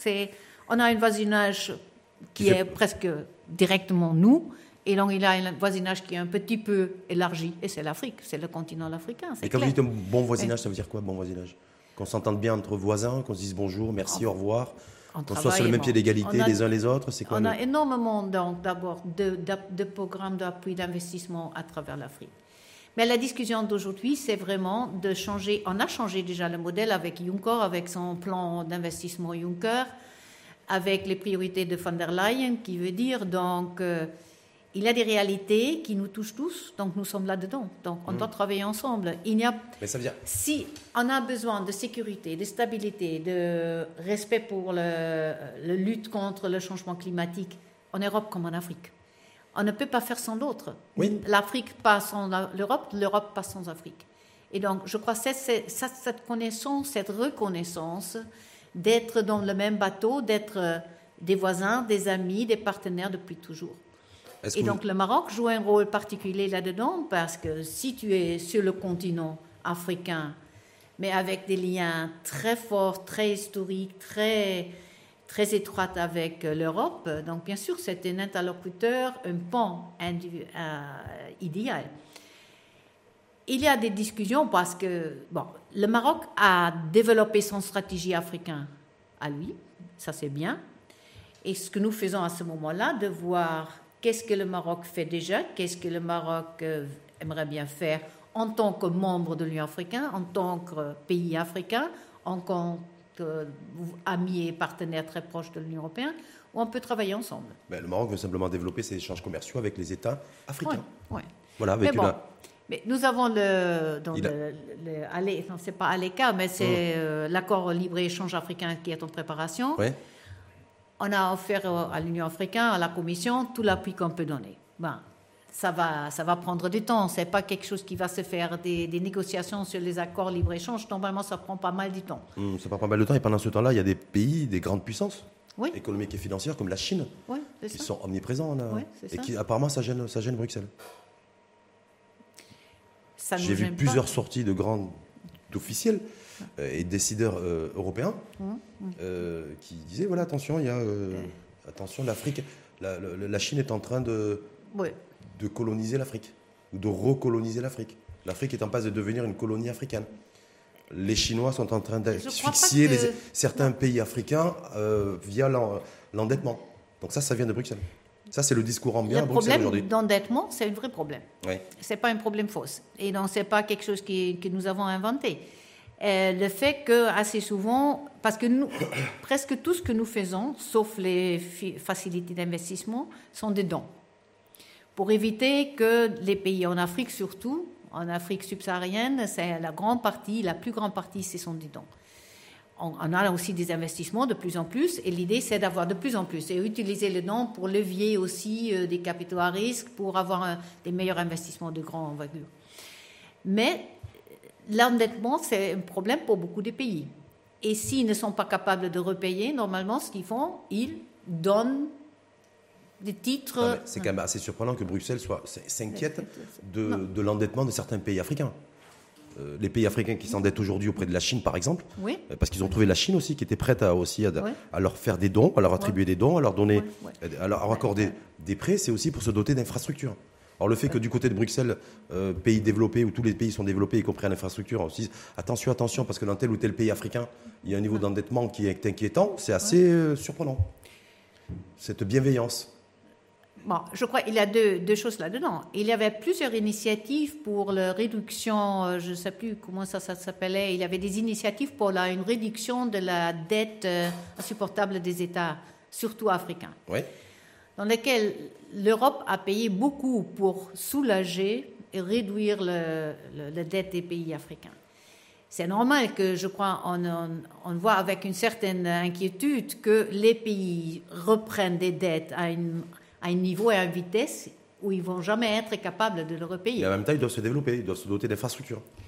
On a un voisinage qui est presque directement nous, et donc il y a un voisinage qui est un petit peu élargi, et c'est l'Afrique, c'est le continent africain. Et quand vous dites un bon voisinage, ça veut dire quoi, bon voisinage ? Qu'on s'entende bien entre voisins, qu'on se dise bonjour, merci, au revoir, qu'on soit sur le même pied d'égalité les uns les autres, c'est quoi ? On a énormément d'abord de programmes d'appui d'investissement à travers l'Afrique. Mais la discussion d'aujourd'hui, c'est vraiment de changer. On a changé déjà le modèle avec Juncker, avec son plan d'investissement Juncker, avec les priorités de von der Leyen, qui veut dire donc il y a des réalités qui nous touchent tous, donc nous sommes là-dedans. Donc on doit travailler ensemble. Mais ça veut dire... Si on a besoin de sécurité, de stabilité, de respect pour la lutte contre le changement climatique, en Europe comme en Afrique, on ne peut pas faire sans l'autre. Oui. L'Afrique passe sans l'Europe, l'Europe passe sans Afrique. Et donc je crois que cette connaissance, cette reconnaissance d'être dans le même bateau, d'être des voisins, des amis, des partenaires depuis toujours. Et donc le Maroc joue un rôle particulier là-dedans parce que si tu es sur le continent africain, mais avec des liens très forts, très historiques, très, très étroits avec l'Europe, donc bien sûr c'est un interlocuteur, un pan idéal. Il y a des discussions parce que le Maroc a développé son stratégie africaine à lui, ça c'est bien. Et ce que nous faisons à ce moment-là, de voir qu'est-ce que le Maroc fait déjà, qu'est-ce que le Maroc aimerait bien faire en tant que membre de l'Union africaine, en tant que pays africain, en tant qu'ami et partenaire très proche de l'Union européenne, où on peut travailler ensemble. Ben, le Maroc veut simplement développer ses échanges commerciaux avec les États africains. Oui. Voilà, mais nous avons c'est pas ALECA, mais c'est l'accord libre-échange africain qui est en préparation. Oui. On a offert à l'Union africaine, à la Commission, tout l'appui qu'on peut donner. Ça va prendre du temps. Ce n'est pas quelque chose qui va se faire. Des négociations sur les accords libre-échange, normalement, ça prend pas mal de temps. Ça prend pas mal de temps. Et pendant ce temps-là, il y a des pays, des grandes puissances économiques et financières, comme la Chine, qui sont omniprésents. Et qui, apparemment, ça gêne Bruxelles. J'ai vu plusieurs sorties d'officiels et décideurs européens qui disaient voilà, attention, attention, l'Afrique, la Chine est en train de coloniser l'Afrique ou de recoloniser l'Afrique. L'Afrique est en passe de devenir une colonie africaine. Les Chinois sont en train d'asphyxier certains pays africains via l'endettement. Donc ça vient de Bruxelles. Ça, c'est le discours ambiant à Bruxelles aujourd'hui. Le problème d'endettement, c'est un vrai problème. Oui. Ce n'est pas un problème faux. Et donc, ce n'est pas quelque chose que nous avons inventé. Le fait que, assez souvent, parce que presque tout ce que nous faisons, sauf les facilités d'investissement, sont des dons. Pour éviter que les pays en Afrique, surtout, en Afrique subsaharienne, c'est la plus grande partie, ce sont des dons. On a aussi des investissements de plus en plus, et l'idée, c'est d'avoir de plus en plus, et utiliser les dons pour levier aussi des capitaux à risque, pour avoir des meilleurs investissements de grande envergure. Mais l'endettement, c'est un problème pour beaucoup de pays. Et s'ils ne sont pas capables de repayer, normalement, ce qu'ils font, ils donnent des titres. C'est quand même assez surprenant que Bruxelles s'inquiète de l'endettement de certains pays africains. Les pays africains qui s'endettent aujourd'hui auprès de la Chine, par exemple, parce qu'ils ont trouvé la Chine aussi qui était prête à leur faire des dons, à leur attribuer des dons, à leur donner, à leur accorder des prêts, c'est aussi pour se doter d'infrastructures. Alors le fait que du côté de Bruxelles, pays développés, où tous les pays sont développés, y compris en infrastructure, on se dise attention, parce que dans tel ou tel pays africain, il y a un niveau d'endettement qui est inquiétant, c'est assez surprenant. Cette bienveillance. Bon, je crois qu'il y a deux choses là-dedans. Il y avait plusieurs initiatives pour la réduction, je ne sais plus comment ça s'appelait, il y avait des initiatives pour une réduction de la dette insupportable des États, surtout africains, dans lesquels l'Europe a payé beaucoup pour soulager et réduire la dette des pays africains. C'est normal que, je crois, on voit avec une certaine inquiétude que les pays reprennent des dettes à un niveau et à une vitesse où ils ne vont jamais être capables de le repayer. Et en même temps, ils doivent se développer, ils doivent se doter d'infrastructures, non ?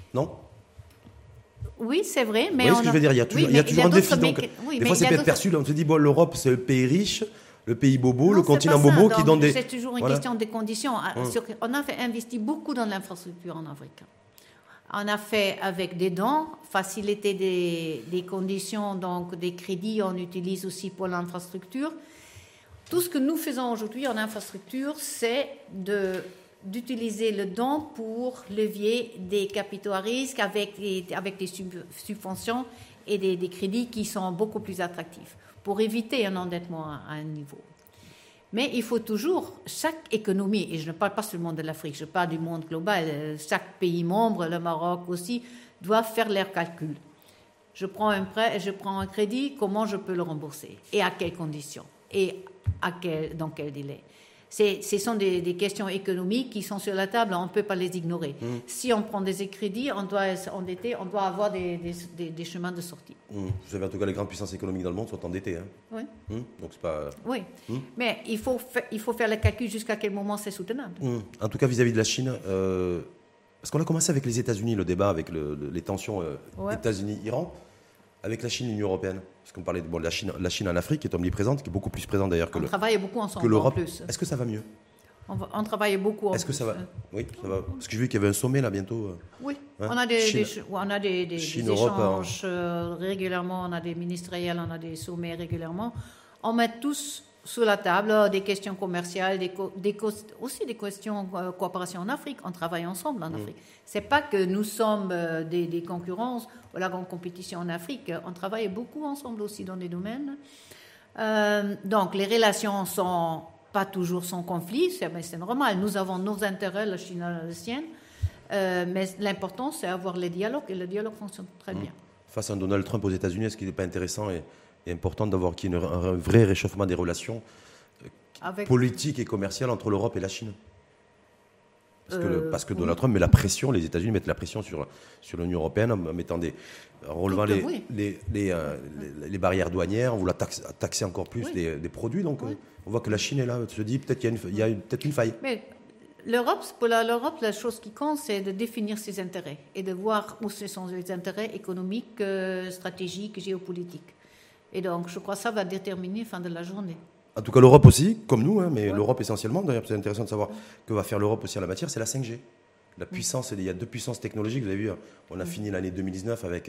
Oui, c'est vrai, mais... Vous voyez ce que je veux dire ? Il y a toujours un défi. Donc, des fois, c'est peut-être perçu, on se dit, bon, l'Europe, c'est le pays riche, le pays bobo, le continent bobo qui donne des... C'est toujours une question des conditions. On a investi beaucoup dans l'infrastructure en Afrique. On a fait avec des dons, faciliter des conditions, donc des crédits, on utilise aussi pour l'infrastructure. Tout ce que nous faisons aujourd'hui en infrastructure, c'est d'utiliser le don pour levier des capitaux à risque avec des subventions et des crédits qui sont beaucoup plus attractifs pour éviter un endettement à un niveau. Mais il faut toujours, chaque économie, et je ne parle pas seulement de l'Afrique, je parle du monde global, chaque pays membre, le Maroc aussi, doit faire leurs calculs. Je prends un prêt, je prends un crédit, comment je peux le rembourser et à quelles conditions et dans quel délai. Ce sont des questions économiques qui sont sur la table, on ne peut pas les ignorer. Si on prend des crédits, on doit s'endetter, on doit avoir des chemins de sortie. Vous savez, en tout cas, les grandes puissances économiques dans le monde sont endettées. Oui. Donc, c'est pas... Oui, mais il faut faire le calcul jusqu'à quel moment c'est soutenable. En tout cas, vis-à-vis de la Chine, parce qu'on a commencé avec les États-Unis, le débat avec les tensions États-Unis-Iran, avec la Chine et l'Union européenne. Parce qu'on parlait de la Chine en Afrique, qui est omniprésente, qui est beaucoup plus présente d'ailleurs que l'Europe. On travaille beaucoup ensemble en plus. Est-ce que ça va mieux ? On travaille beaucoup. Est-ce que ça va ? Oui, ça va. Parce que j'ai vu qu'il y avait un sommet là bientôt. Oui, on a des échanges régulièrement, on a des ministériels, on a des sommets régulièrement. On met tous sur la table des questions commerciales, aussi des questions coopération en Afrique. On travaille ensemble en Afrique. C'est pas que nous sommes des concurrents ou la grande compétition en Afrique. On travaille beaucoup ensemble aussi dans des domaines. Donc les relations sont pas toujours sans conflit, c'est normal. Nous avons nos intérêts, la Chine a le sien. Mais l'important, c'est avoir les dialogues, et le dialogue fonctionne très bien. Face à un Donald Trump aux États-Unis, est-ce qu'il n'est pas intéressant et important d'avoir qu'il y ait un vrai réchauffement des relations politiques et commerciales entre l'Europe et la Chine ? Parce que Donald Trump met la pression, les États-Unis mettent la pression sur l'Union européenne en relevant les barrières douanières, en voulant taxer encore plus des produits. Donc on voit que la Chine est là, se dit peut-être qu'il y a peut-être une faille. Mais pour l'Europe, la chose qui compte, c'est de définir ses intérêts et de voir où ce sont les intérêts économiques, stratégiques, géopolitiques. Et donc, je crois que ça va déterminer la fin de la journée. En tout cas, l'Europe aussi, comme nous, mais l'Europe essentiellement. D'ailleurs, c'est intéressant de savoir que va faire l'Europe aussi en la matière, c'est la 5G. La puissance, il y a 2 puissances technologiques. Vous avez vu, on a fini l'année 2019 avec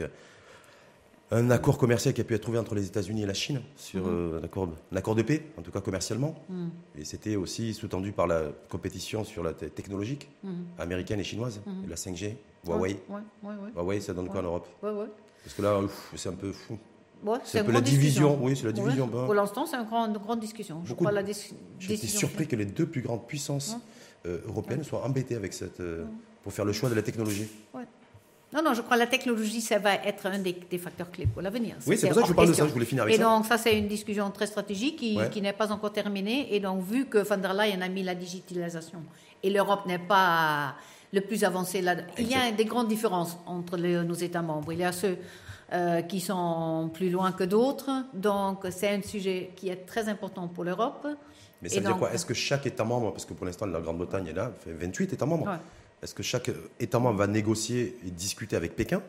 un accord commercial qui a pu être trouvé entre les États-Unis et la Chine sur un accord de paix, en tout cas commercialement. Et c'était aussi sous-tendu par la compétition sur la technologique américaine et chinoise. Et la 5G, Huawei. Huawei, ça donne quoi en Europe ? Parce que là, c'est un peu fou. C'est un peu la division. Oui, c'est la division. Pour l'instant, c'est une grande discussion. J'étais surpris que les 2 plus grandes puissances européennes soient embêtées avec pour faire le choix de la technologie. Non, je crois que la technologie, ça va être un des facteurs clés pour l'avenir. Oui, c'est pour ça que je parle de ça, je voulais finir avec ça. Et donc, ça, c'est une discussion très stratégique qui n'est pas encore terminée. Et donc, vu que von der Leyen a mis la digitalisation et l'Europe n'est pas le plus avancé là, il y a des grandes différences entre nos États membres. Il y a ceux qui sont plus loin que d'autres. Donc, c'est un sujet qui est très important pour l'Europe. Mais ça veut dire quoi ? Est-ce que chaque État membre, parce que pour l'instant, la Grande-Bretagne est là, fait 28 États membres, est-ce que chaque État membre va négocier et discuter avec Pékin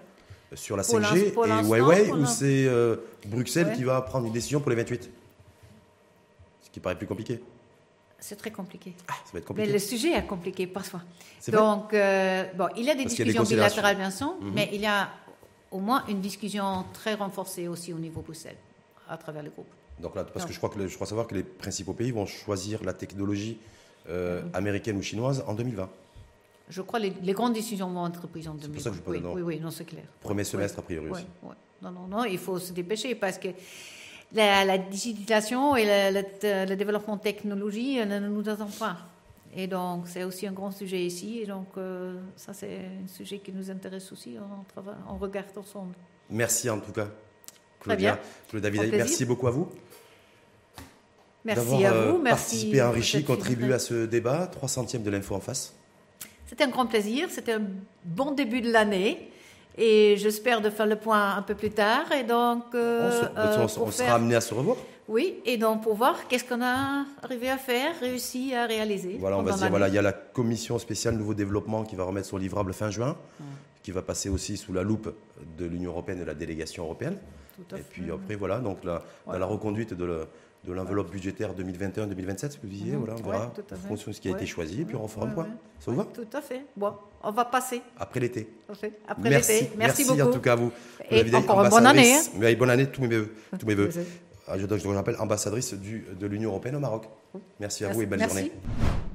sur la 5G et Huawei, ou c'est Bruxelles qui va prendre une décision pour les 28 ? Ce qui paraît plus compliqué. C'est très compliqué. Ça va être compliqué. Mais le sujet est compliqué parfois. Donc, il y a des discussions bilatérales, bien sûr, mais il y a au moins une discussion très renforcée aussi au niveau Bruxelles, à travers le groupe. Donc là, parce que je crois savoir que les principaux pays vont choisir la technologie américaine ou chinoise en 2020. Je crois que les grandes décisions vont être prises en 2020. C'est pour ça que je pose oui, c'est clair. Premier semestre, a priori aussi. Oui. Non, il faut se dépêcher parce que la digitalisation et le développement de technologie ne nous attend pas. Et donc, c'est aussi un grand sujet ici. Et donc, ça, c'est un sujet qui nous intéresse aussi. On regarde ensemble. Merci en tout cas, Claudia. Claudia Vidal, merci beaucoup à vous. Merci à vous. Merci participé, enrichi, contribué à ce débat. 300e de l'Info en face. C'était un grand plaisir. C'était un bon début de l'année. Et j'espère de faire le point un peu plus tard. Et donc, on sera amené à se revoir. Oui, et donc pour voir qu'est-ce qu'on a arrivé à faire, réussi à réaliser. Voilà, on va se dire, il y a la commission spéciale nouveau développement qui va remettre son livrable fin juin, qui va passer aussi sous la loupe de l'Union européenne et de la délégation européenne. Et puis après, voilà, donc dans la reconduite de l'enveloppe budgétaire 2021-2027, ce que vous disiez, on verra en fonction de ce qui a été choisi, et puis on refera un point. Ça vous va ? Tout à fait. Bon, on va passer. Après l'été. Après l'été. Merci beaucoup. En tout cas à vous. Et encore une bonne année. Bonne année, tous mes vœux. Je vous rappelle, ambassadrice de l'Union européenne au Maroc. Merci à vous et belle journée.